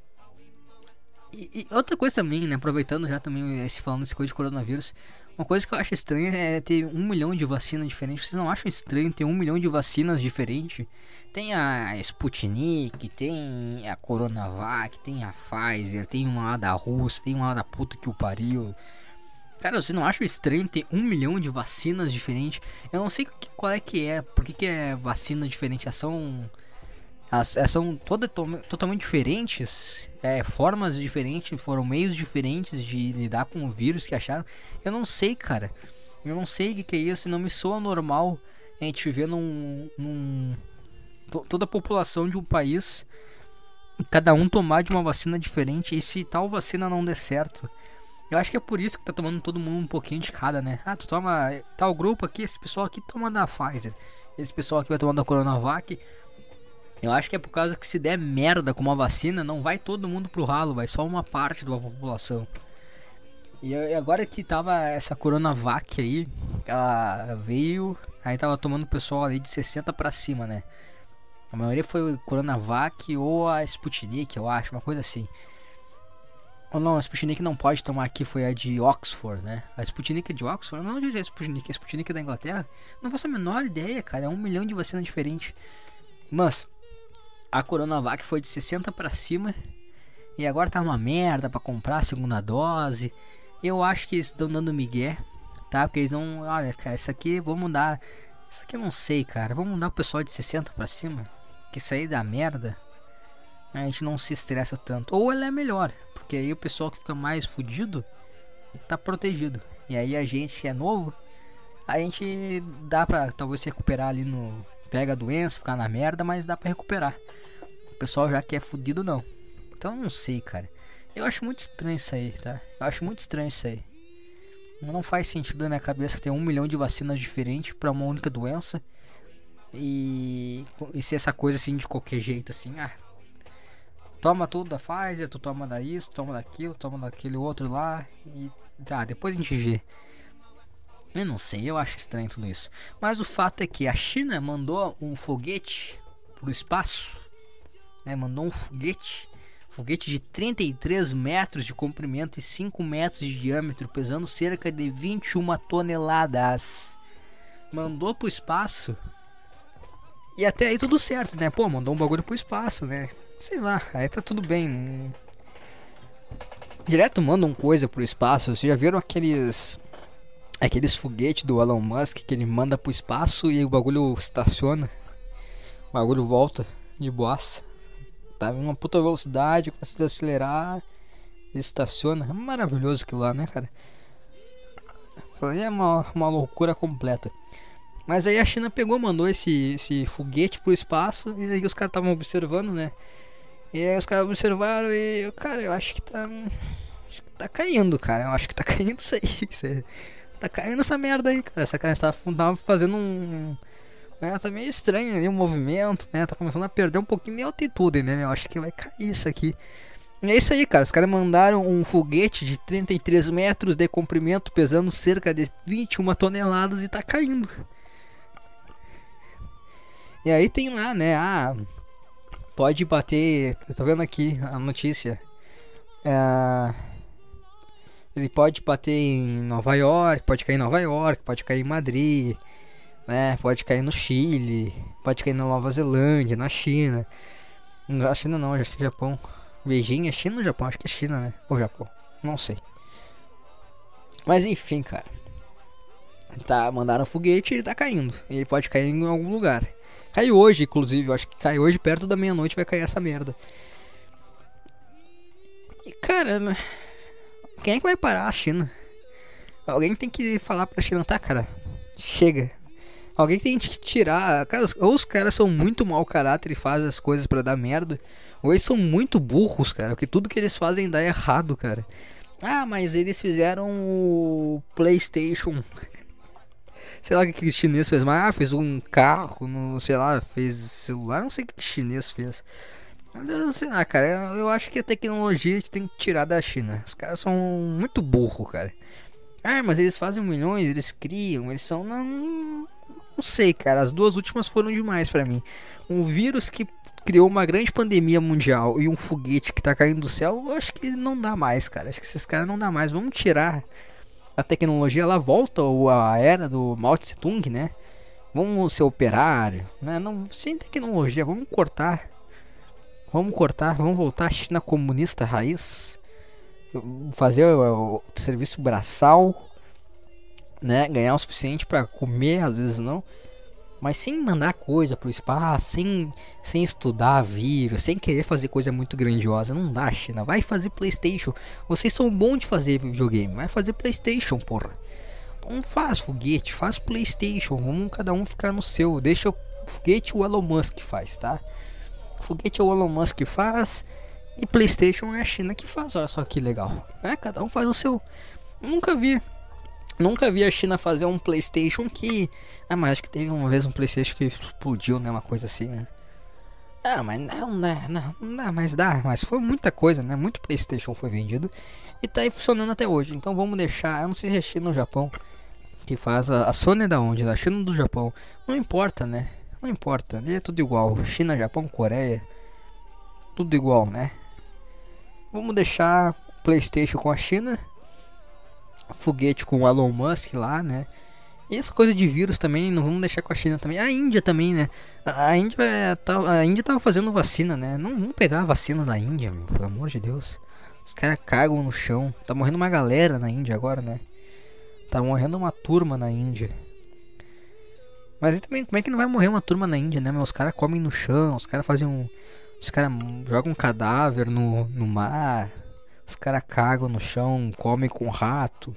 A: E, e outra coisa também, né? Aproveitando já também esse falando desse coisa de coronavírus. Uma coisa que eu acho estranha é ter um milhão de vacinas diferentes. Vocês não acham estranho ter um milhão de vacinas diferentes? Tem a Sputnik, tem a Coronavac, tem a Pfizer, tem uma lá da Rússia, tem uma lá da puta que o pariu. Cara, você não acha estranho ter um milhão de vacinas diferentes? Eu não sei que, qual é que é, por que, que é vacina diferente? Elas são, elas, elas são toda, to, totalmente diferentes, é, formas diferentes, foram meios diferentes de lidar com o vírus que acharam. Eu não sei, cara. Eu não sei o que, que é isso, não me soa normal a gente viver num... num to, toda a população de um país, cada um tomar de uma vacina diferente, e se tal vacina não der certo... Eu acho que é por isso que tá tomando todo mundo um pouquinho de cada, né? Ah, tu toma tal grupo aqui, esse pessoal aqui toma da Pfizer, esse pessoal aqui vai tomar da Coronavac. Eu acho que é por causa que se der merda com uma vacina, não vai todo mundo pro ralo, vai só uma parte da população. E agora que tava essa Coronavac aí, ela veio, aí tava tomando o pessoal ali de sessenta pra cima, né? A maioria foi Coronavac ou a Sputnik, eu acho, uma coisa assim. Ou não, a Sputnik não pode tomar aqui, foi a de Oxford, né? A Sputnik é de Oxford? Não, onde é a Sputnik? A Sputnik é da Inglaterra? Não faço a menor ideia, cara. É um milhão de vacinas diferentes. Mas a Coronavac foi de sessenta pra cima. E agora tá uma merda pra comprar a segunda dose. Eu acho que eles estão dando migué, tá? Porque eles não... Olha, cara, isso aqui vamos dar... Isso aqui eu não sei, cara. Vamos mudar o pessoal de sessenta pra cima. Que isso aí dá merda. A gente não se estressa tanto. Ou ela é melhor. Porque aí o pessoal que fica mais fudido tá protegido. E aí a gente que é novo, a gente dá pra talvez se recuperar ali no... Pega a doença, ficar na merda, mas dá pra recuperar. O pessoal já que é fudido não. Então eu não sei, cara. Eu acho muito estranho isso aí, tá? Eu acho muito estranho isso aí. Não faz sentido na minha cabeça ter um milhão de vacinas diferentes para uma única doença. E, e ser essa coisa assim de qualquer jeito assim. Ah, toma tudo da Pfizer, tu toma da isso, toma daquilo, toma daquele outro lá. E tá, depois a gente vê. Eu não sei, eu acho estranho tudo isso. Mas o fato é que a China mandou um foguete pro espaço, né? Mandou um foguete, foguete de trinta e três metros de comprimento e cinco metros de diâmetro, pesando cerca de vinte e uma toneladas. Mandou pro espaço. E até aí tudo certo, né? Pô, mandou um bagulho pro espaço, né? Sei lá, aí tá tudo bem. Direto mandam coisa pro espaço. Vocês já viram aqueles... Aqueles foguetes do Elon Musk que ele manda pro espaço e o bagulho estaciona. O bagulho volta de boassa. Tá em uma puta velocidade, começa a acelerar e estaciona. É maravilhoso aquilo lá, né, cara? É uma, uma loucura completa. Mas aí a China pegou, mandou esse, esse foguete pro espaço. E aí os caras estavam observando, né? E aí os caras observaram e... Cara, eu acho que tá... Acho que tá caindo, cara. Eu acho que tá caindo isso aí. Isso aí. Tá caindo essa merda aí, cara. Essa cara tá, tá fazendo um... Né, tá meio estranho ali o movimento, né? Tá começando a perder um pouquinho de altitude, né? Eu acho que vai cair isso aqui. E é isso aí, cara. Os caras mandaram um foguete de trinta e três metros de comprimento, pesando cerca de vinte e uma toneladas e tá caindo. E aí tem lá, né? Ah, pode bater... Eu tô vendo aqui a notícia. É... Ele pode bater em Nova York, pode cair em Nova York, pode cair em Madrid, né? Pode cair no Chile, pode cair na Nova Zelândia, na China. Na China não, acho que é Japão. Beijinho, é China ou Japão? Acho que é China, né? Ou Japão, não sei. Mas enfim, cara. Tá, mandaram um foguete e ele tá caindo. Ele pode cair em algum lugar. Caiu hoje, inclusive, eu acho que cai hoje perto da meia-noite vai cair essa merda. E cara, né? Quem é que vai parar a China? Alguém tem que falar pra China, tá, cara? Chega. Alguém tem que tirar. Cara, ou os caras são muito mau caráter e fazem as coisas pra dar merda, ou eles são muito burros, cara. Porque tudo que eles fazem dá errado, cara. Ah, mas eles fizeram o PlayStation. Sei lá o que o chinês fez, mas ah, fez um carro, no, sei lá, fez celular, não sei o que o chinês fez. Sei lá, cara, eu acho que a tecnologia a gente tem que tirar da China. Os caras são muito burros, cara. Ah, mas eles fazem milhões, eles criam, eles são... Não, não sei, cara, as duas últimas foram demais pra mim. Um vírus que criou uma grande pandemia mundial e um foguete que tá caindo do céu, eu acho que não dá mais, cara. Acho que esses caras não dá mais. Vamos tirar a tecnologia, ela volta a era do Mao Tse Tung, né? Vamos ser operário, né? Não, sem tecnologia, vamos cortar. Vamos cortar, vamos voltar à China comunista raiz. Fazer o, o serviço braçal, né? Ganhar o suficiente para comer, às vezes não. Mas sem mandar coisa pro espaço, sem, sem estudar vírus, sem querer fazer coisa muito grandiosa. Não dá, China. Vai fazer PlayStation. Vocês são bons de fazer videogame. Vai fazer PlayStation, porra. Não faz foguete, faz PlayStation. Vamos cada um ficar no seu. Deixa o foguete o Elon Musk faz, tá? Foguete é o Elon Musk que faz e PlayStation é a China que faz. Olha só que legal, né? Cada um faz o seu. Nunca vi, nunca vi a China fazer um PlayStation que... Ah, mas acho que teve uma vez um PlayStation que explodiu, né? Uma coisa assim, né? Ah, mas não, não, não, não dá, mas dá. Mas foi muita coisa, né? Muito PlayStation foi vendido e tá aí funcionando até hoje. Então vamos deixar, eu não sei se é China ou Japão que faz. A, a Sony é da onde? Da China ou do Japão? Não importa, né? Não importa, ali é tudo igual. China, Japão, Coreia, tudo igual, né? Vamos deixar o PlayStation com a China, foguete com o Elon Musk lá, né? E essa coisa de vírus também, não vamos deixar com a China também. A Índia também, né? A Índia, é, tá, a Índia tava fazendo vacina, né? Não vamos pegar a vacina da Índia, meu, pelo amor de Deus. Os caras cagam no chão. Tá morrendo uma galera na Índia agora, né? Tá morrendo uma turma na Índia. Mas aí também, como é que não vai morrer uma turma na Índia, né? Meu, os caras comem no chão, os caras fazem um... Os caras jogam um cadáver no, no mar. Os caras cagam no chão, comem com rato.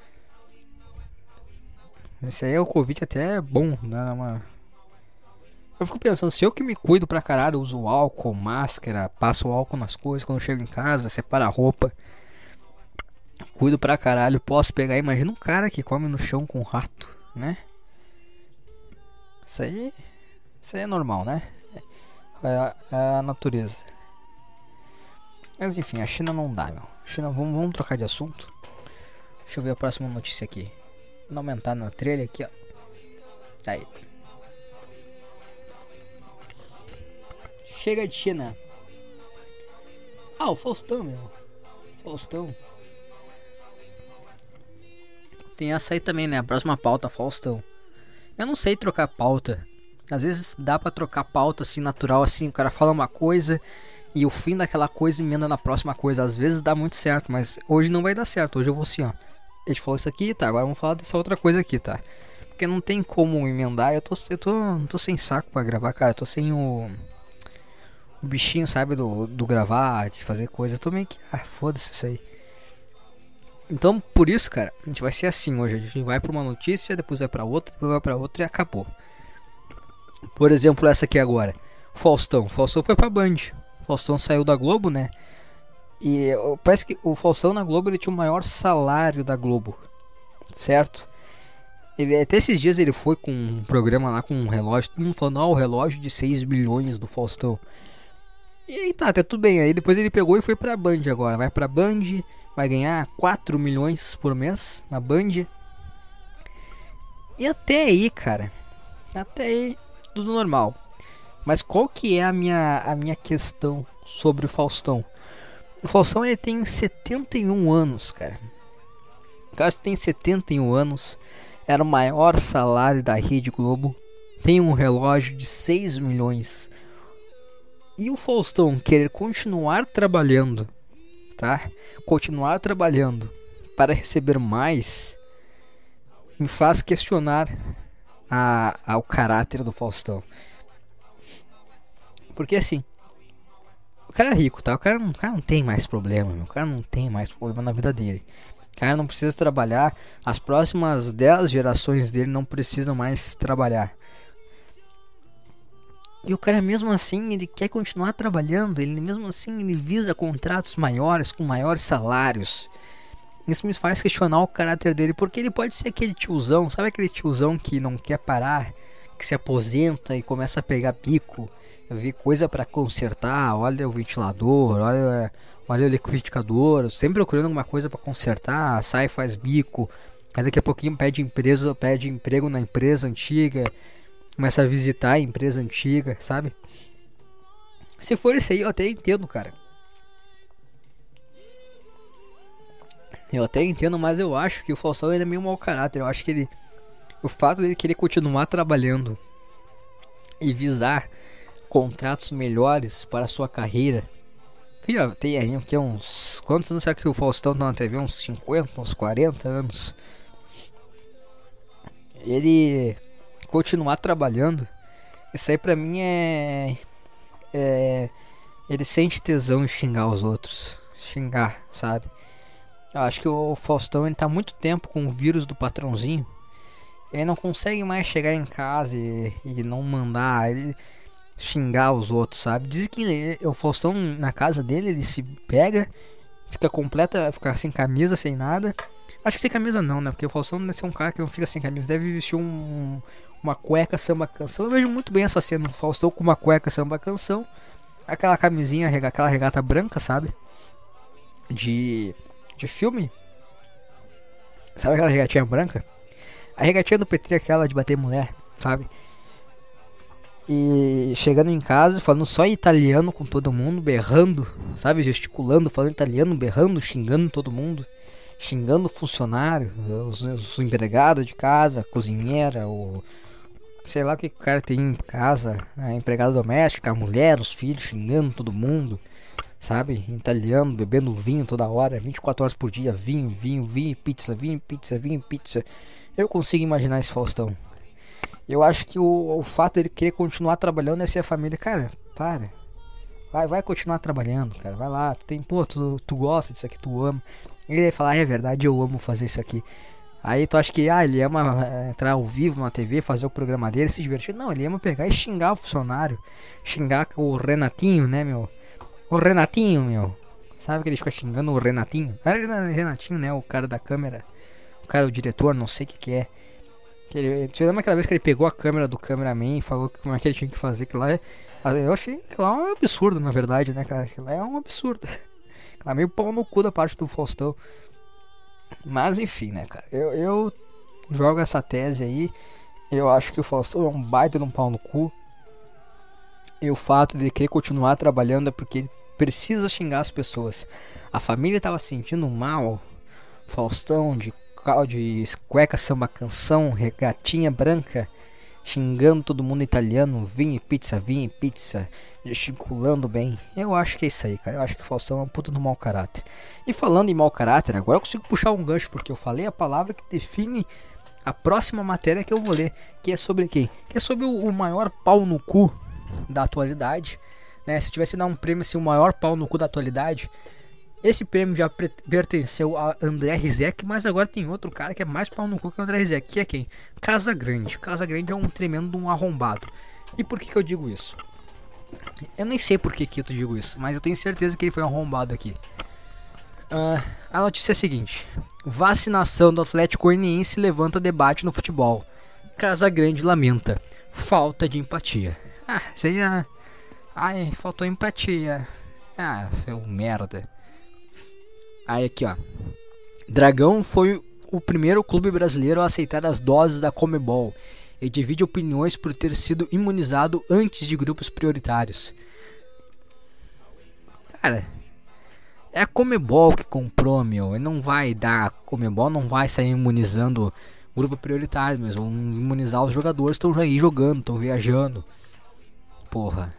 A: Esse aí é o Covid até é bom, né? Uma... Eu fico pensando, se eu que me cuido pra caralho, uso álcool, máscara, passo álcool nas coisas quando eu chego em casa, separo a roupa, cuido pra caralho, posso pegar. Imagina um cara que come no chão com um rato, né? Isso aí, isso aí é normal, né? É a, é a natureza. Mas enfim, a China não dá, meu. China, vamos, vamos trocar de assunto. Deixa eu ver a próxima notícia aqui. Vou aumentar na trilha aqui, ó. Aí. Chega de China. Ah, o Faustão, meu. Faustão. Tem essa aí também, né? A próxima pauta, Faustão. Eu não sei trocar pauta. Às vezes dá pra trocar pauta assim, natural, assim. O cara fala uma coisa e o fim daquela coisa emenda na próxima coisa. Às vezes dá muito certo, mas hoje não vai dar certo. Hoje eu vou assim, ó. A gente falou isso aqui, tá? Agora vamos falar dessa outra coisa aqui, tá? Porque não tem como emendar. Eu tô, eu tô, não tô sem saco pra gravar, cara. Eu tô sem o, o bichinho, sabe? Do, do gravar, de fazer coisa. Eu tô meio que, ah, foda-se isso aí. Então, por isso, cara, a gente vai ser assim hoje. A gente vai pra uma notícia, depois vai pra outra, depois vai pra outra e acabou. Por exemplo, essa aqui agora. Faustão. Faustão foi pra Band. Faustão saiu da Globo, né? E parece que o Faustão na Globo, ele tinha o maior salário da Globo. Certo? Ele, até esses dias ele foi com um programa lá com um relógio. Todo mundo falando, ó, oh, o relógio de seis milhões do Faustão. E aí tá, tá tudo bem. Aí depois ele pegou e foi pra Band agora. Vai pra Band, vai ganhar quatro milhões por mês na Band. E até aí, cara, até aí tudo normal. Mas qual que é a minha, a minha questão sobre o Faustão? O Faustão, ele tem setenta e um anos, cara. O cara tem setenta e um anos. Era o maior salário da Rede Globo. Tem um relógio de seis milhões. E o Faustão querer continuar trabalhando, tá? Continuar trabalhando para receber mais, me faz questionar a, a, o caráter do Faustão. Porque assim, o cara é rico, tá? O cara, não, o cara não tem mais problema, meu. O cara não tem mais problema na vida dele. O cara não precisa trabalhar. As próximas dez gerações dele não precisam mais trabalhar. E o cara mesmo assim, ele quer continuar trabalhando. Ele mesmo assim, ele visa contratos maiores, com maiores salários. Isso me faz questionar o caráter dele. Porque ele pode ser aquele tiozão. Sabe aquele tiozão que não quer parar, que se aposenta e começa a pegar bico, ver coisa para consertar? Olha o ventilador, olha, olha o liquidificador, sempre procurando alguma coisa para consertar. Sai, faz bico. Aí daqui a pouquinho pede empresa, pede emprego na empresa antiga, começa a visitar a empresa antiga, sabe? Se for isso aí, eu até entendo, cara. Eu até entendo, mas eu acho que o Faustão, ele é meio mau caráter. Eu acho que ele, o fato dele querer continuar trabalhando e visar contratos melhores para a sua carreira. Tem, tem aí que uns... Quantos anos será que o Faustão tá na T V? Uns cinquenta, uns quarenta anos. Ele continuar trabalhando, isso aí pra mim é... é... Ele sente tesão em xingar os outros. Xingar, sabe? Eu acho que o Faustão, ele tá há muito tempo com o vírus do patrãozinho. Ele não consegue mais chegar em casa e, e não mandar ele xingar os outros, sabe? Dizem que ele, o Faustão, na casa dele, ele se pega, fica completa, fica sem camisa, sem nada. Acho que sem camisa não, né? Porque o Faustão deve ser um cara que não fica sem camisa. Deve vestir um, uma cueca samba canção. Eu vejo muito bem essa cena, o Faustão com uma cueca samba canção, aquela camisinha, aquela regata branca, sabe? De, de filme. Sabe aquela regatinha branca? A regatinha do Petri é aquela de bater mulher, sabe? E chegando em casa, falando só italiano com todo mundo, berrando, sabe? Gesticulando, falando italiano, berrando, xingando todo mundo. Xingando o funcionário, os, os empregados de casa, a cozinheira, o... sei lá o que o cara tem em casa, a empregada doméstica, a mulher, os filhos, xingando todo mundo, sabe? Em italiano, bebendo vinho toda hora, vinte e quatro horas por dia, vinho, vinho, vinho, pizza, vinho, pizza, vinho, pizza. Eu consigo imaginar esse Faustão. Eu acho que o, o fato dele querer continuar trabalhando é ser a família. Cara, para. Vai, vai continuar trabalhando, cara. Vai lá. Tu tem, pô, tu, tu gosta disso aqui, tu ama. Ele vai falar, ah, é verdade, eu amo fazer isso aqui. Aí tu acha que, ah, ele ama é, entrar ao vivo na T V, fazer o programa dele, se divertir. Não, ele ama pegar e xingar o funcionário. Xingar o Renatinho, né, meu? O Renatinho, meu. Sabe que ele fica xingando o Renatinho? Era o Renatinho, né? O cara da câmera. O cara, o diretor, não sei o que que é. Que ele, você lembra aquela vez que ele pegou a câmera do cameraman e falou que como é que ele tinha que fazer? Que lá é... Eu achei que lá é um absurdo, na verdade, né, cara? Que lá é um absurdo. Lá é meio pau no cu da parte do Faustão. Mas, enfim, né, cara? Eu, eu jogo essa tese aí. Eu acho que o Faustão é um baita de um pau no cu. E o fato de ele querer continuar trabalhando é porque ele precisa xingar as pessoas. A família tava se sentindo mal. Faustão de, de cueca samba canção, regatinha branca, xingando todo mundo italiano, vinho e pizza, vinho e pizza, gesticulando bem. Eu acho que é isso aí, cara. Eu acho que o Faustão é um puta do mau caráter. E falando em mau caráter, agora eu consigo puxar um gancho, porque eu falei a palavra que define a próxima matéria que eu vou ler, que é sobre quem? Que é sobre o, o maior pau no cu da atualidade, né? Se eu tivesse dar um prêmio assim, o maior pau no cu da atualidade, esse prêmio já pertenceu a André Rizek, mas agora tem outro cara que é mais pau no cu que o André Rizek, que é quem? Casagrande. Casagrande é um tremendo um arrombado. E por que que eu digo isso? Eu nem sei por que que eu digo isso, mas eu tenho certeza que ele foi arrombado aqui. Uh, a notícia é a seguinte: vacinação do Atlético Goianiense levanta debate no futebol. Casagrande lamenta falta de empatia. Ah, seja... Ai, faltou empatia. Ah, seu merda. Aí aqui, ó. Dragão foi o primeiro clube brasileiro a aceitar as doses da Comebol e divide opiniões por ter sido imunizado antes de grupos prioritários. Cara, é a Comebol que comprou, meu. E não vai dar. A Comebol não vai sair imunizando grupo prioritário, mas vão imunizar os jogadores que estão aí jogando, estão viajando. Porra.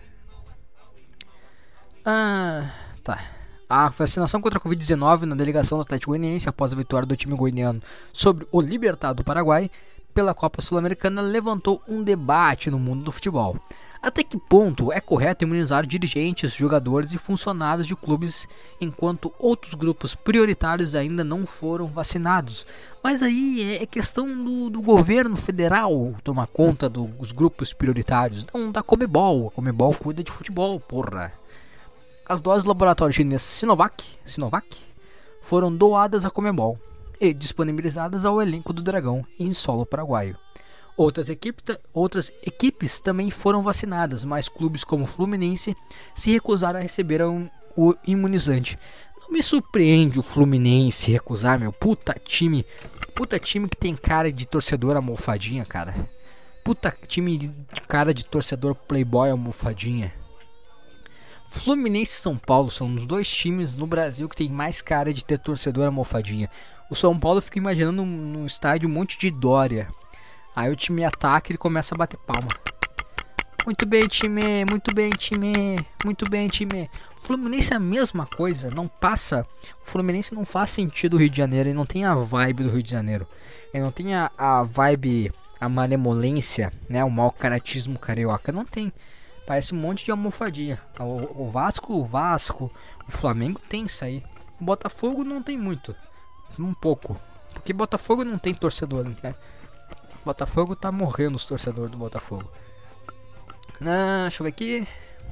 A: Ah, tá. A vacinação contra a covid dezenove na delegação do Atlético Goianiense após a vitória do time goianiano sobre o Libertad do Paraguai pela Copa Sul-Americana levantou um debate no mundo do futebol. Até que ponto é correto imunizar dirigentes, jogadores e funcionários de clubes enquanto outros grupos prioritários ainda não foram vacinados? Mas aí é questão do, do governo federal tomar conta dos grupos prioritários, não da Comebol. A Comebol cuida de futebol, porra. As doses do laboratório chinês Sinovac, Sinovac foram doadas à Comebol e disponibilizadas ao elenco do Dragão em solo paraguaio. Outras, equipe, outras equipes também foram vacinadas, mas clubes como o Fluminense se recusaram a receber o imunizante. Não me surpreende o Fluminense recusar, meu. Puta time, puta time que tem cara de torcedor almofadinha, cara. Puta time de cara de torcedor playboy almofadinha. Fluminense e São Paulo são os dois times no Brasil que tem mais cara de ter torcedor almofadinha. O São Paulo fica imaginando no estádio um monte de Dória. Aí o time ataca e ele começa a bater palma. Muito bem, time, muito bem, time, muito bem, time. O Fluminense é a mesma coisa, não passa. O Fluminense não faz sentido do Rio de Janeiro, ele não tem a vibe do Rio de Janeiro. Ele não tem a, a vibe, a malemolência, né, o mau caratismo carioca, não tem. Parece um monte de almofadinha. O, o Vasco, o Vasco, o Flamengo tem isso aí. O Botafogo não tem muito. Um pouco. Porque Botafogo não tem torcedor, né? Botafogo tá morrendo os torcedores do Botafogo. Ah, deixa eu ver aqui.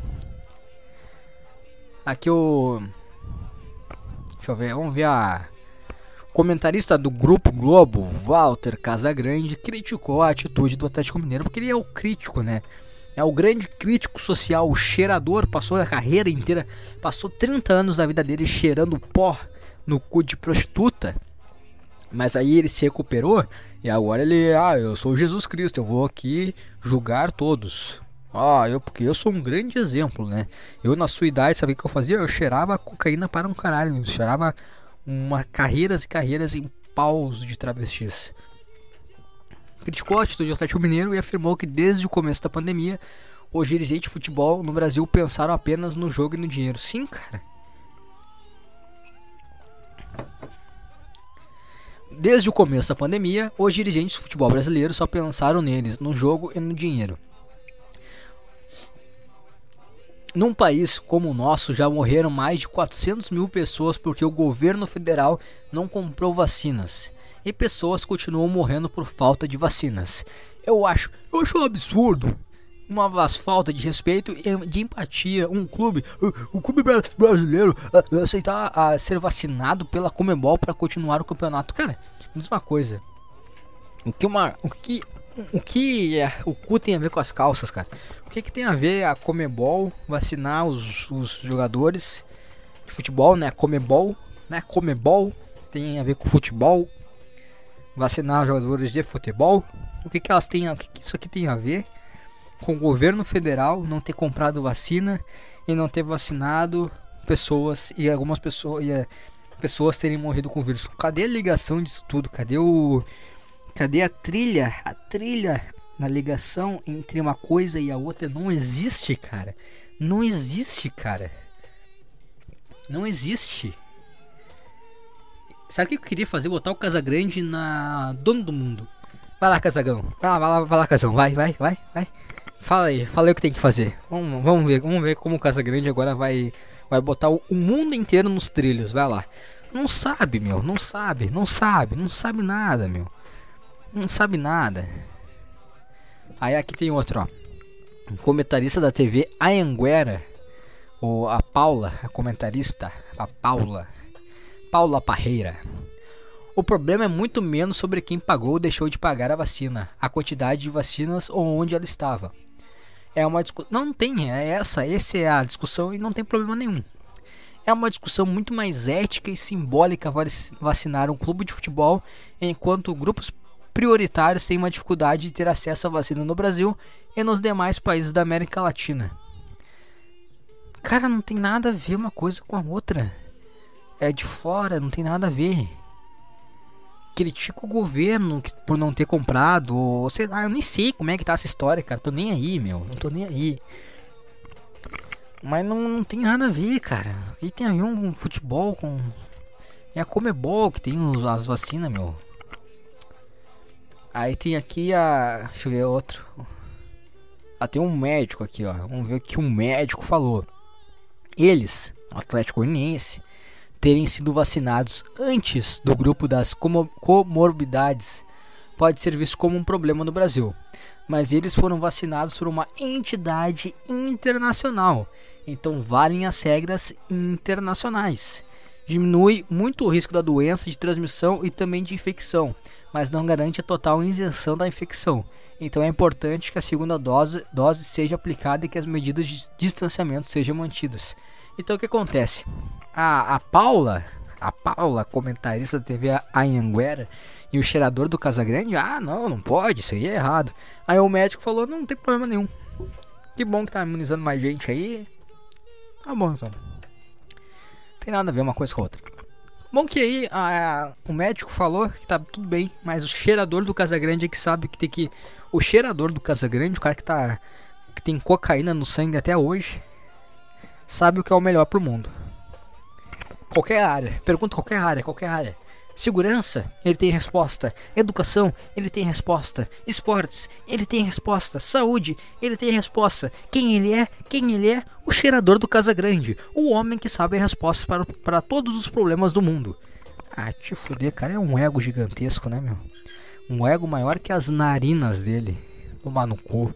A: Aqui o... Deixa eu ver, vamos ver a... O comentarista do Grupo Globo, Walter Casagrande, criticou a atitude do Atlético Mineiro. Porque ele é o crítico, né? É o grande crítico social, o cheirador, passou a carreira inteira, passou trinta anos da vida dele cheirando pó no cu de prostituta. Mas aí ele se recuperou e agora ele, ah, eu sou Jesus Cristo, eu vou aqui julgar todos. Ah, eu, porque eu sou um grande exemplo, né? Eu na sua idade, sabe o que eu fazia? Eu cheirava cocaína para um caralho, eu cheirava uma carreiras e carreiras em paus de travestis. Criticou a atitude do Atlético Mineiro e afirmou que desde o começo da pandemia, os dirigentes de futebol no Brasil pensaram apenas no jogo e no dinheiro. Sim, cara. Desde o começo da pandemia, os dirigentes de futebol brasileiro só pensaram neles, no jogo e no dinheiro. Num país como o nosso, já morreram mais de quatrocentas mil pessoas porque o governo federal não comprou vacinas. E pessoas continuam morrendo por falta de vacinas. Eu acho, eu acho um absurdo. uma falta de respeito e de empatia. Um clube, o, o clube brasileiro a, a aceitar a ser vacinado pela Conmebol para continuar o campeonato. Cara, mesma coisa. O que uma, o que, o que é, o cu tem a ver com as calças, cara? O que que tem a ver a Conmebol vacinar os, os jogadores de futebol, né? Conmebol, né? Conmebol tem a ver com futebol. Vacinar os jogadores de futebol. O que que elas têm, o que que isso aqui tem a ver com o governo federal não ter comprado vacina e não ter vacinado pessoas e algumas pessoas e, pessoas terem morrido com o vírus? Cadê a ligação disso tudo? Cadê o cadê a trilha? A trilha na ligação entre uma coisa e a outra não existe, cara. Não existe, cara. Não existe. Sabe o que eu queria fazer? Botar o Casagrande na dono do mundo. Vai lá, Casagão. Vai lá, vai lá, vai lá, Casão. Vai, vai, vai, vai. Fala aí, fala aí o que tem que fazer. Vamos, vamos ver, vamos ver como o Casagrande agora vai, vai botar o, o mundo inteiro nos trilhos. Vai lá. Não sabe, meu. Não sabe, não sabe, não sabe nada, meu. Não sabe nada. Aí aqui tem outro, ó. Um comentarista da T V Anhanguera. Ou a Paula, a comentarista. A Paula. Paula Parreira. O problema é muito menos sobre quem pagou ou deixou de pagar a vacina, a quantidade de vacinas ou onde ela estava. É uma discussão. Não, não tem, é essa, essa é a discussão e não tem problema nenhum. É uma discussão muito mais ética e simbólica vacinar um clube de futebol, enquanto grupos prioritários têm uma dificuldade de ter acesso à vacina no Brasil e nos demais países da América Latina. Cara, não tem nada a ver uma coisa com a outra. É de fora, não tem nada a ver. Critico o governo por não ter comprado, ou sei lá, eu nem sei como é que tá essa história, cara. Tô nem aí, meu, não tô nem aí. Mas não, não tem nada a ver, cara. O que tem a ver um, um futebol com. É a Conmebol que tem os, as vacinas, meu. Aí tem aqui a. Deixa eu ver outro. Ah, tem um médico aqui, ó. Vamos ver o que um médico falou. Eles, Atlético Goianiense, terem sido vacinados antes do grupo das comorbidades pode ser visto como um problema no Brasil, mas eles foram vacinados por uma entidade internacional, então valem as regras internacionais. Diminui muito o risco da doença, de transmissão e também de infecção, mas não garante a total isenção da infecção. Então é importante que a segunda dose, dose seja aplicada e que as medidas de distanciamento sejam mantidas. Então o que acontece? A, a Paula, a Paula, comentarista da T V Anhanguera, e o cheirador do Casagrande, ah, não, não pode, isso aí é errado. Aí o médico falou, não, não tem problema nenhum. Que bom que tá imunizando mais gente aí. Tá bom, então. Não tem nada a ver uma coisa com a outra. Bom que aí a, a, o médico falou que tá tudo bem, mas o cheirador do Casagrande é que sabe que tem que... O cheirador do Casagrande, o cara que tá... que tem cocaína no sangue até hoje, sabe o que é o melhor pro mundo. Qualquer área, pergunta qualquer área, qualquer área. Segurança, ele tem resposta. Educação, ele tem resposta. Esportes, ele tem resposta. Saúde, ele tem resposta. Quem ele é? Quem ele é? O cheirador do Casagrande. O homem que sabe as respostas para, para todos os problemas do mundo. Ah, te fuder, cara, é um ego gigantesco, né, meu? Um ego maior que as narinas dele. Tomar no cu.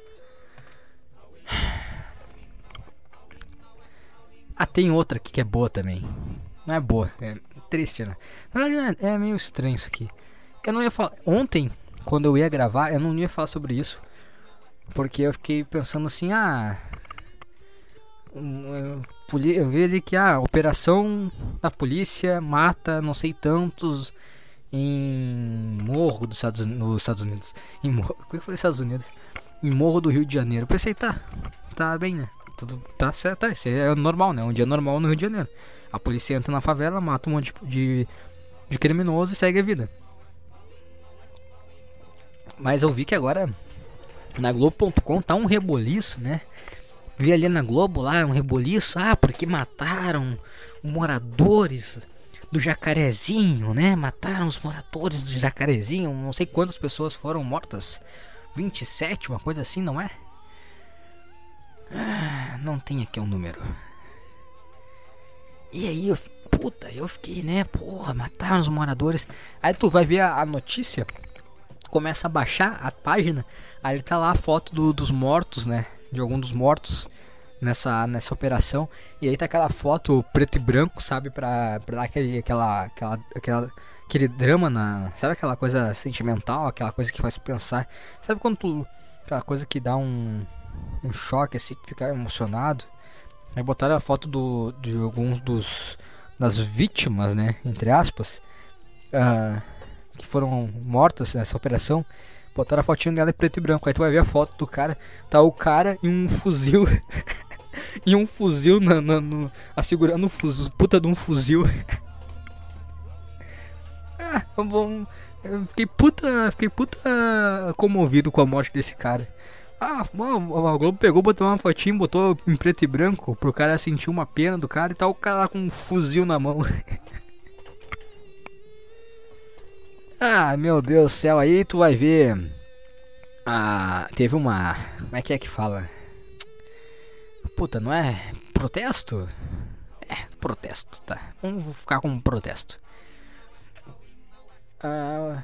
A: Ah, tem outra aqui que é boa também. Não é boa, é triste, né? Na verdade é meio estranho isso aqui. Eu não ia falar. Ontem, quando eu ia gravar, eu não ia falar sobre isso. Porque eu fiquei pensando assim, ah. Eu vi ali que a operação da polícia mata não sei tantos em Morro dos Estados, nos Estados Unidos. Em Morro, por que eu falei Estados Unidos? Em Morro do Rio de Janeiro. Eu pensei, tá, tá bem, né? Tudo tá certo, tá, isso é normal, né? Um dia normal no Rio de Janeiro. A polícia entra na favela, mata um monte de, de criminoso e segue a vida. Mas eu vi que agora na Globo ponto com tá um reboliço, né? Vi ali na Globo lá um reboliço, ah, porque mataram moradores do Jacarezinho, né? Mataram os moradores do Jacarezinho, não sei quantas pessoas foram mortas. vinte e sete, uma coisa assim, não é? Ah, não tem aqui um número. E aí eu, puta, eu fiquei, né, porra, mataram os moradores. Aí tu vai ver a, a notícia, começa a baixar a página, aí tá lá a foto do, dos mortos, né, de algum dos mortos nessa, nessa operação. E aí tá aquela foto preto e branco, sabe? Pra, pra dar aquele, aquela, aquela, aquela, aquele drama na... Sabe aquela coisa sentimental, aquela coisa que faz pensar? Sabe quando tu... Aquela coisa que dá um, um choque, assim, ficar emocionado. Aí botaram a foto do, de alguns dos... das vítimas, né? Entre aspas. Uh, que foram mortas nessa operação. Botaram a fotinho dela em preto e branco. Aí tu vai ver a foto do cara. Tá o cara em um fuzil. E um fuzil na, na, no, assegurando um fuzil, puta de um fuzil. Ah, vamos, eu fiquei puta, fiquei puta comovido com a morte desse cara. Ah, mano, a Globo pegou, botou uma fotinha, botou em preto e branco pro cara sentir uma pena do cara e tá o cara lá com um fuzil na mão. Ah, meu Deus do céu, aí tu vai ver. Ah, teve uma. Como é que é que fala? Puta, não é protesto? É, protesto, tá. Vamos ficar com um protesto. Ah,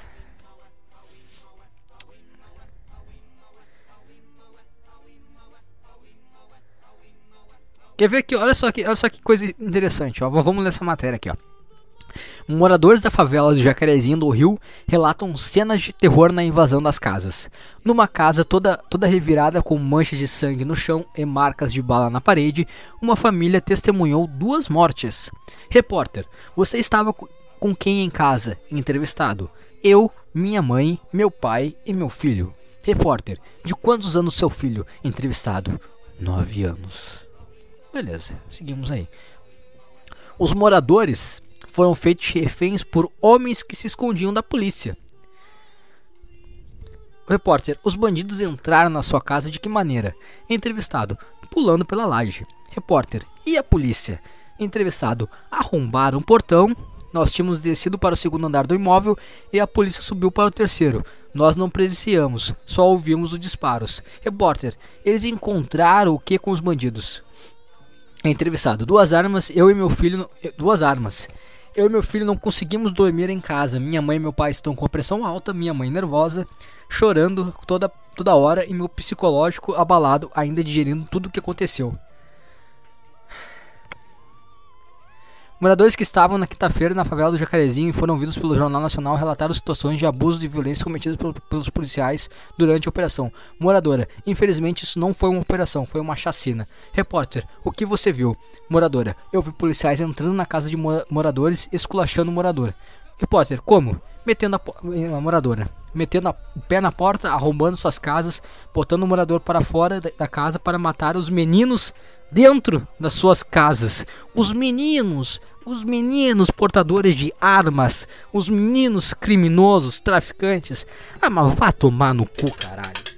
A: quer ver aqui? Olha só que, olha só que coisa interessante, ó. Vamos ler essa matéria aqui, ó. Moradores da favela de Jacarezinho do Rio relatam cenas de terror na invasão das casas. Numa casa toda, toda revirada com manchas de sangue no chão e marcas de bala na parede, uma família testemunhou duas mortes. Repórter: você estava com quem em casa? Entrevistado: eu, minha mãe, meu pai e meu filho. Repórter: de quantos anos seu filho? Entrevistado: nove anos. Beleza, seguimos aí. Os moradores foram feitos reféns por homens que se escondiam da polícia. O repórter: os bandidos entraram na sua casa de que maneira? Entrevistado: pulando pela laje. Repórter: e a polícia? Entrevistado: arrombaram o portão. Nós tínhamos descido para o segundo andar do imóvel e a polícia subiu para o terceiro. Nós não presenciamos, só ouvimos os disparos. Repórter: eles encontraram o que com os bandidos? Entrevistado: duas armas, eu e meu filho... Duas armas. Eu e meu filho não conseguimos dormir em casa. Minha mãe e meu pai estão com pressão alta, minha mãe nervosa, chorando toda, toda hora e meu psicológico abalado, ainda digerindo tudo o que aconteceu. Moradores que estavam na quinta-feira na favela do Jacarezinho e foram ouvidos pelo Jornal Nacional relataram situações de abuso e violência cometidas pelos policiais durante a operação. Moradora: infelizmente isso não foi uma operação, foi uma chacina. Repórter: o que você viu? Moradora: eu vi policiais entrando na casa de moradores, esculachando o morador. Repórter: como? Metendo a, a moradora, metendo a, o pé na porta, arrombando suas casas, botando o morador para fora da, da casa para matar os meninos dentro das suas casas. Os meninos, os meninos portadores de armas, os meninos criminosos, traficantes. Ah, mas vá tomar no cu, caralho.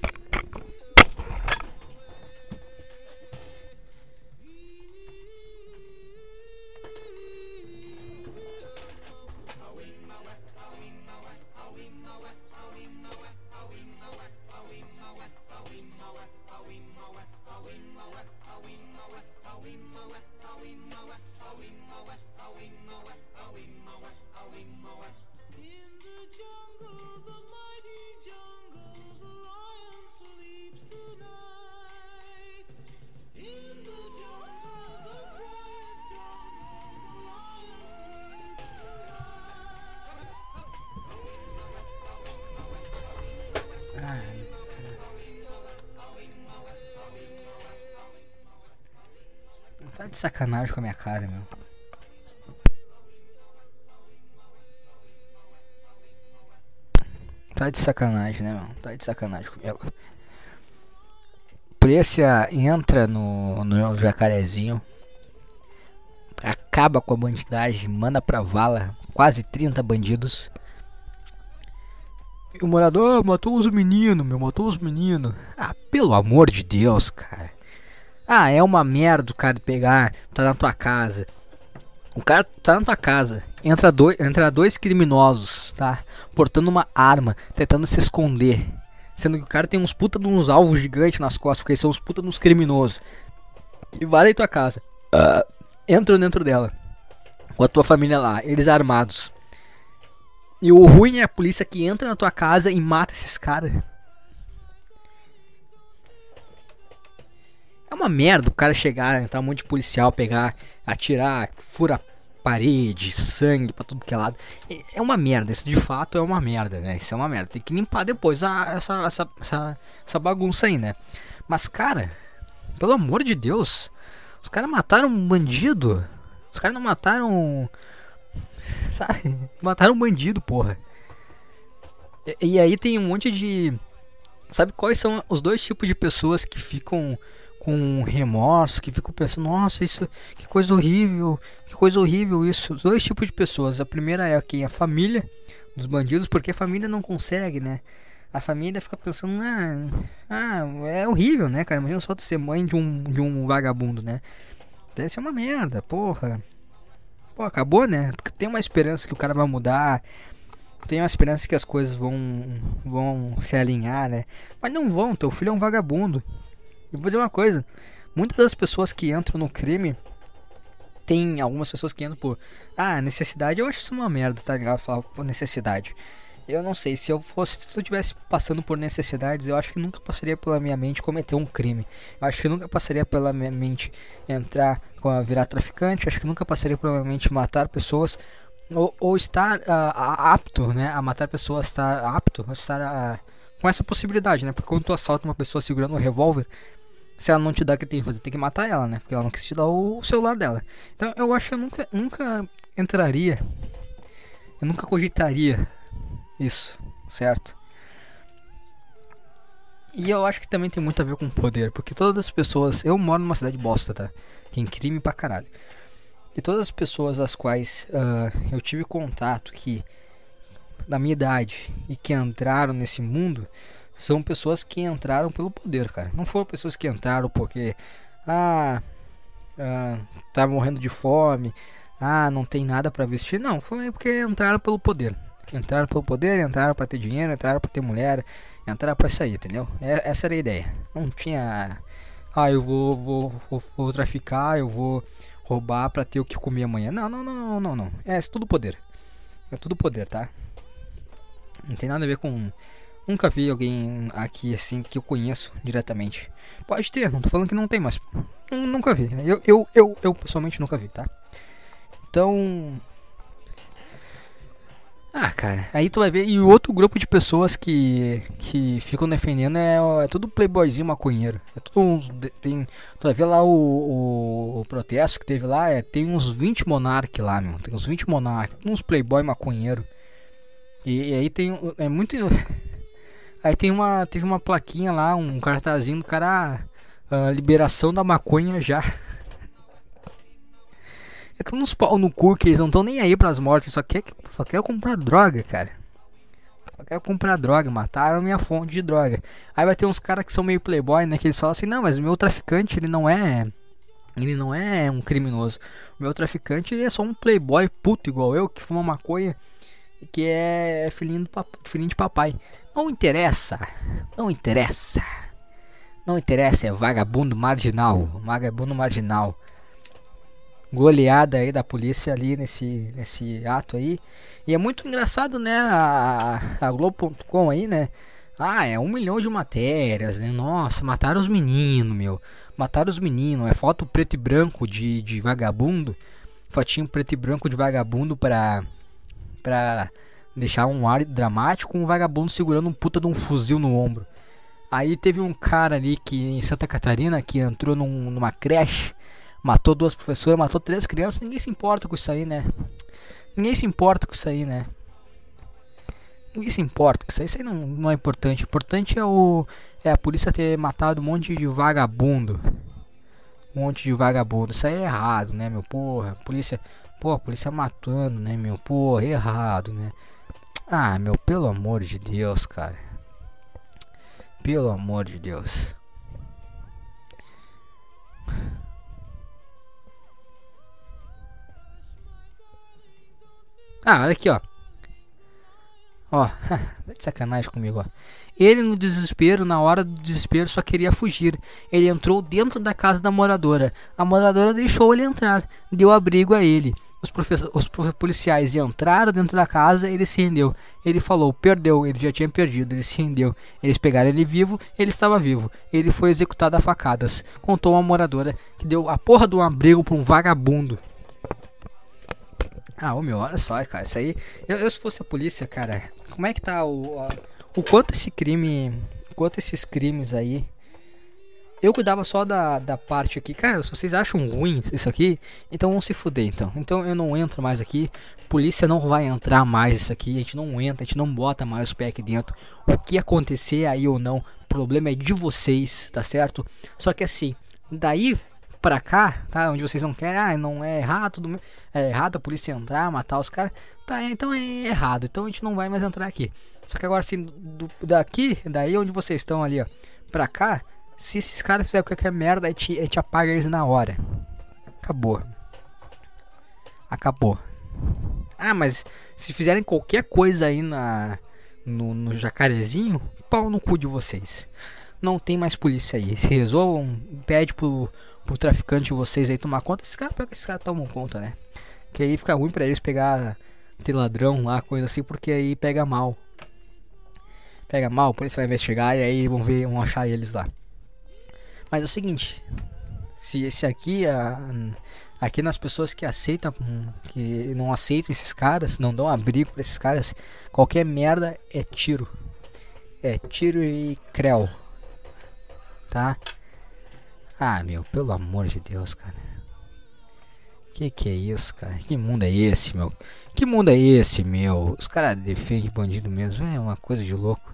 A: Tá de sacanagem com a minha cara, meu. Tá de sacanagem, né, meu? Tá de sacanagem comigo. Polícia entra no, no Jacarezinho, acaba com a bandidagem, manda pra vala quase trinta bandidos. E o morador: matou os meninos, meu, matou os meninos. Ah, pelo amor de Deus, cara. Ah, é uma merda o cara pegar, tá na tua casa. O cara tá na tua casa, entra dois, entra dois criminosos, tá? Portando uma arma, tentando se esconder. Sendo que o cara tem uns puta de uns alvos gigantes nas costas, porque eles são uns puta de uns criminosos. E vai em tua casa. Uh. Entram dentro dela, com a tua família lá, eles armados. E o ruim é a polícia que entra na tua casa e mata esses caras. uma merda o cara chegar, entrar um monte de policial, pegar, atirar, fura parede, sangue pra tudo que é lado. É uma merda, isso de fato é uma merda, né? Isso é uma merda. Tem que limpar depois a, essa, essa, essa, essa bagunça aí, né? Mas, cara, pelo amor de Deus, os caras mataram um bandido. Os caras não mataram. Sabe? Mataram um bandido, porra. E, e aí tem um monte de. Sabe quais são os dois tipos de pessoas que ficam com remorso, que ficam pensando, nossa, isso, que coisa horrível, que coisa horrível isso. Os dois tipos de pessoas. A primeira é quem? A família dos bandidos, porque a família não consegue, né? A família fica pensando, ah, ah é horrível, né, cara? Imagina só tu ser mãe de um, de um vagabundo, né? Deve ser uma merda, porra. Pô, acabou, né? Tem uma esperança que o cara vai mudar. Tem uma esperança que as coisas vão, vão se alinhar, né? Mas não vão, teu filho é um vagabundo. E vou dizer uma coisa, muitas das pessoas que entram no crime, tem algumas pessoas que entram por, ah, necessidade. Eu acho isso uma merda, tá ligado? Falar por necessidade. Eu não sei, se eu fosse, se eu estivesse passando por necessidades, eu acho que nunca passaria pela minha mente cometer um crime. Eu acho que nunca passaria pela minha mente entrar, virar traficante. Eu acho que nunca passaria pela minha mente matar pessoas. Ou, ou estar uh, apto, né, a matar pessoas, estar apto, estar uh, com essa possibilidade, né? Porque quando tu assalta uma pessoa segurando um revólver, se ela não te dá o que tem que fazer, tem que matar ela, né? Porque ela não quis te dar o, o celular dela. Então eu acho que eu nunca, nunca entraria, eu nunca cogitaria isso, certo? E eu acho que também tem muito a ver com poder, porque todas as pessoas, eu moro numa cidade bosta, tá? Tem crime pra caralho. E todas as pessoas às quais uh, eu tive contato, que da minha idade e que entraram nesse mundo, são pessoas que entraram pelo poder, cara. Não foram pessoas que entraram porque ah, ah tá morrendo de fome, ah, não tem nada pra vestir. Não, foi porque entraram pelo poder. Entraram pelo poder, entraram pra ter dinheiro, entraram pra ter mulher, entraram pra isso aí, entendeu? É, essa era a ideia. Não tinha, ah, eu vou, vou, vou, vou traficar, eu vou roubar pra ter o que comer amanhã. Não, não, não, não, não, não. É, é tudo poder. É tudo poder, tá? Não tem nada a ver com... Nunca vi alguém aqui assim que eu conheço diretamente. Pode ter, não tô falando que não tem, mas nunca vi. Eu, eu, eu, eu pessoalmente nunca vi, tá? Então... Ah, cara, aí tu vai ver. E o outro grupo de pessoas que, que ficam defendendo é, é tudo playboyzinho maconheiro. É tudo uns, tem, tu vai ver lá o, o, o protesto que teve lá, é, tem uns vinte monarque lá, meu. Tem uns vinte monarque, uns playboy maconheiro. E, e aí tem, é muito... Aí tem uma, teve uma plaquinha lá, um cartazinho do cara, a liberação da maconha já. É tudo uns pau no cu que eles não estão nem aí pras mortes, só quer, só quer comprar droga, cara. Só quer comprar droga, mataram minha fonte de droga. Aí vai ter uns caras que são meio playboy, né, que eles falam assim, não, mas o meu traficante, ele não é... Ele não é um criminoso. O meu traficante, ele é só um playboy puto igual eu, que fuma maconha, que é filhinho, do papai, filhinho de papai. Não interessa, não interessa. Não interessa, é vagabundo marginal, vagabundo marginal. Goleada aí da polícia ali nesse, nesse ato aí. E é muito engraçado, né, a, a Globo ponto com aí, né. Ah, é um milhão de matérias, né, nossa, mataram os meninos, meu. Mataram os meninos, é foto preto e branco de, de vagabundo. Fotinho preto e branco de vagabundo pra... Pra... deixar um ar dramático, um vagabundo segurando um puta de um fuzil no ombro. Aí teve um cara ali que em Santa Catarina que entrou num, numa creche, matou duas professoras, matou três crianças. Ninguém se importa com isso aí, né? Ninguém se importa com isso aí, né? Ninguém se importa com isso aí. Isso aí não, não é importante. O importante é o é a polícia ter matado um monte de vagabundo. Um monte de vagabundo. Isso aí é errado, né, meu? Porra, polícia, pô, a polícia matando, né, meu? Porra, errado, né? Ah, meu, pelo amor de Deus, cara. Pelo amor de Deus. Ah, olha aqui, ó. Ó, tá de sacanagem comigo, ó. Ele no desespero, na hora do desespero, só queria fugir. Ele entrou dentro da casa da moradora. A moradora deixou ele entrar, deu abrigo a ele. os, os policiais entraram dentro da casa, ele se rendeu. Ele falou, perdeu, ele já tinha perdido, ele se rendeu. Eles pegaram ele vivo, ele estava vivo. Ele foi executado a facadas. Contou uma moradora que deu a porra de um abrigo pra um vagabundo. Ah, ô meu, olha só, cara, isso aí... Eu, eu se fosse a polícia, cara, como é que tá o... A, o quanto esse crime... O quanto esses crimes aí... Eu cuidava só da, da parte aqui. Cara, se vocês acham ruim isso aqui, então vão se fuder, então. Então eu não entro mais aqui. Polícia não vai entrar mais isso aqui. A gente não entra, a gente não bota mais os pés aqui dentro. O que acontecer aí ou não, o problema é de vocês, tá certo? Só que assim, daí pra cá, tá? Onde vocês não querem, ah, não é errado, tudo é errado a polícia entrar, matar os caras. Tá, então é errado. Então a gente não vai mais entrar aqui. Só que agora assim, do, daqui, daí onde vocês estão ali, ó, pra cá. Se esses caras fizerem qualquer merda, a gente, a gente apaga eles na hora. Acabou. Acabou. Ah, mas se fizerem qualquer coisa aí na, no, no Jacarezinho, pau no cu de vocês. Não tem mais polícia aí. Se resolvam, pede pro, pro traficante de vocês aí tomar conta. Esses caras, esses caras tomam conta, né? Que aí fica ruim pra eles pegar, ter ladrão lá, coisa assim, porque aí pega mal. Pega mal, a polícia vai investigar e aí vão ver, vão achar eles lá. Mas é o seguinte, se esse aqui, a, aqui nas pessoas que aceitam, que não aceitam esses caras, não dão abrigo pra esses caras, qualquer merda é tiro. É tiro e creu. Tá? Ah, meu, pelo amor de Deus, cara. Que que é isso, cara? Que mundo é esse, meu? Que mundo é esse, meu? Os caras defendem bandido mesmo, é uma coisa de louco.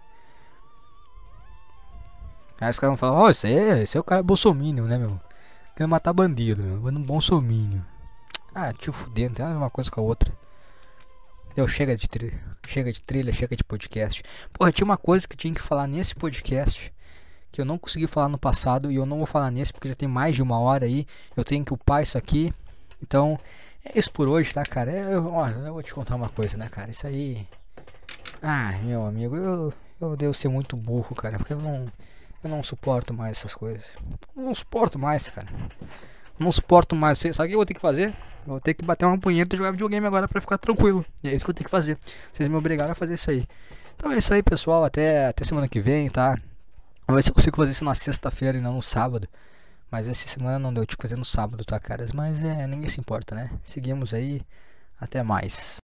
A: Aí os caras vão falar, ó, oh, esse, é, esse é o cara bolsominion, né, meu? Querendo matar bandido, meu. Um bolsominion. Ah, tio fudendo, tem uma coisa com a outra. Deu, chega de trilha, chega de trilha, chega de podcast. Porra, tinha uma coisa que tinha que falar nesse podcast que eu não consegui falar no passado e eu não vou falar nesse porque já tem mais de uma hora aí. Eu tenho que upar isso aqui. Então, é isso por hoje, tá, cara? Eu, ó, eu vou te contar uma coisa, né, cara? Isso aí... Ah, meu amigo, eu, eu devo ser muito burro, cara, porque eu não... Eu não suporto mais essas coisas. Eu não suporto mais, cara. Não suporto mais. Sabe o que eu vou ter que fazer? Eu vou ter que bater uma punheta e jogar videogame agora pra ficar tranquilo. E é isso que eu tenho que fazer. Vocês me obrigaram a fazer isso aí. Então é isso aí, pessoal. Até, até semana que vem, tá? Vamos ver se eu consigo fazer isso na sexta-feira e não no sábado. Mas essa semana não deu de fazer no sábado, tá, caras? Mas é, ninguém se importa, né? Seguimos aí. Até mais.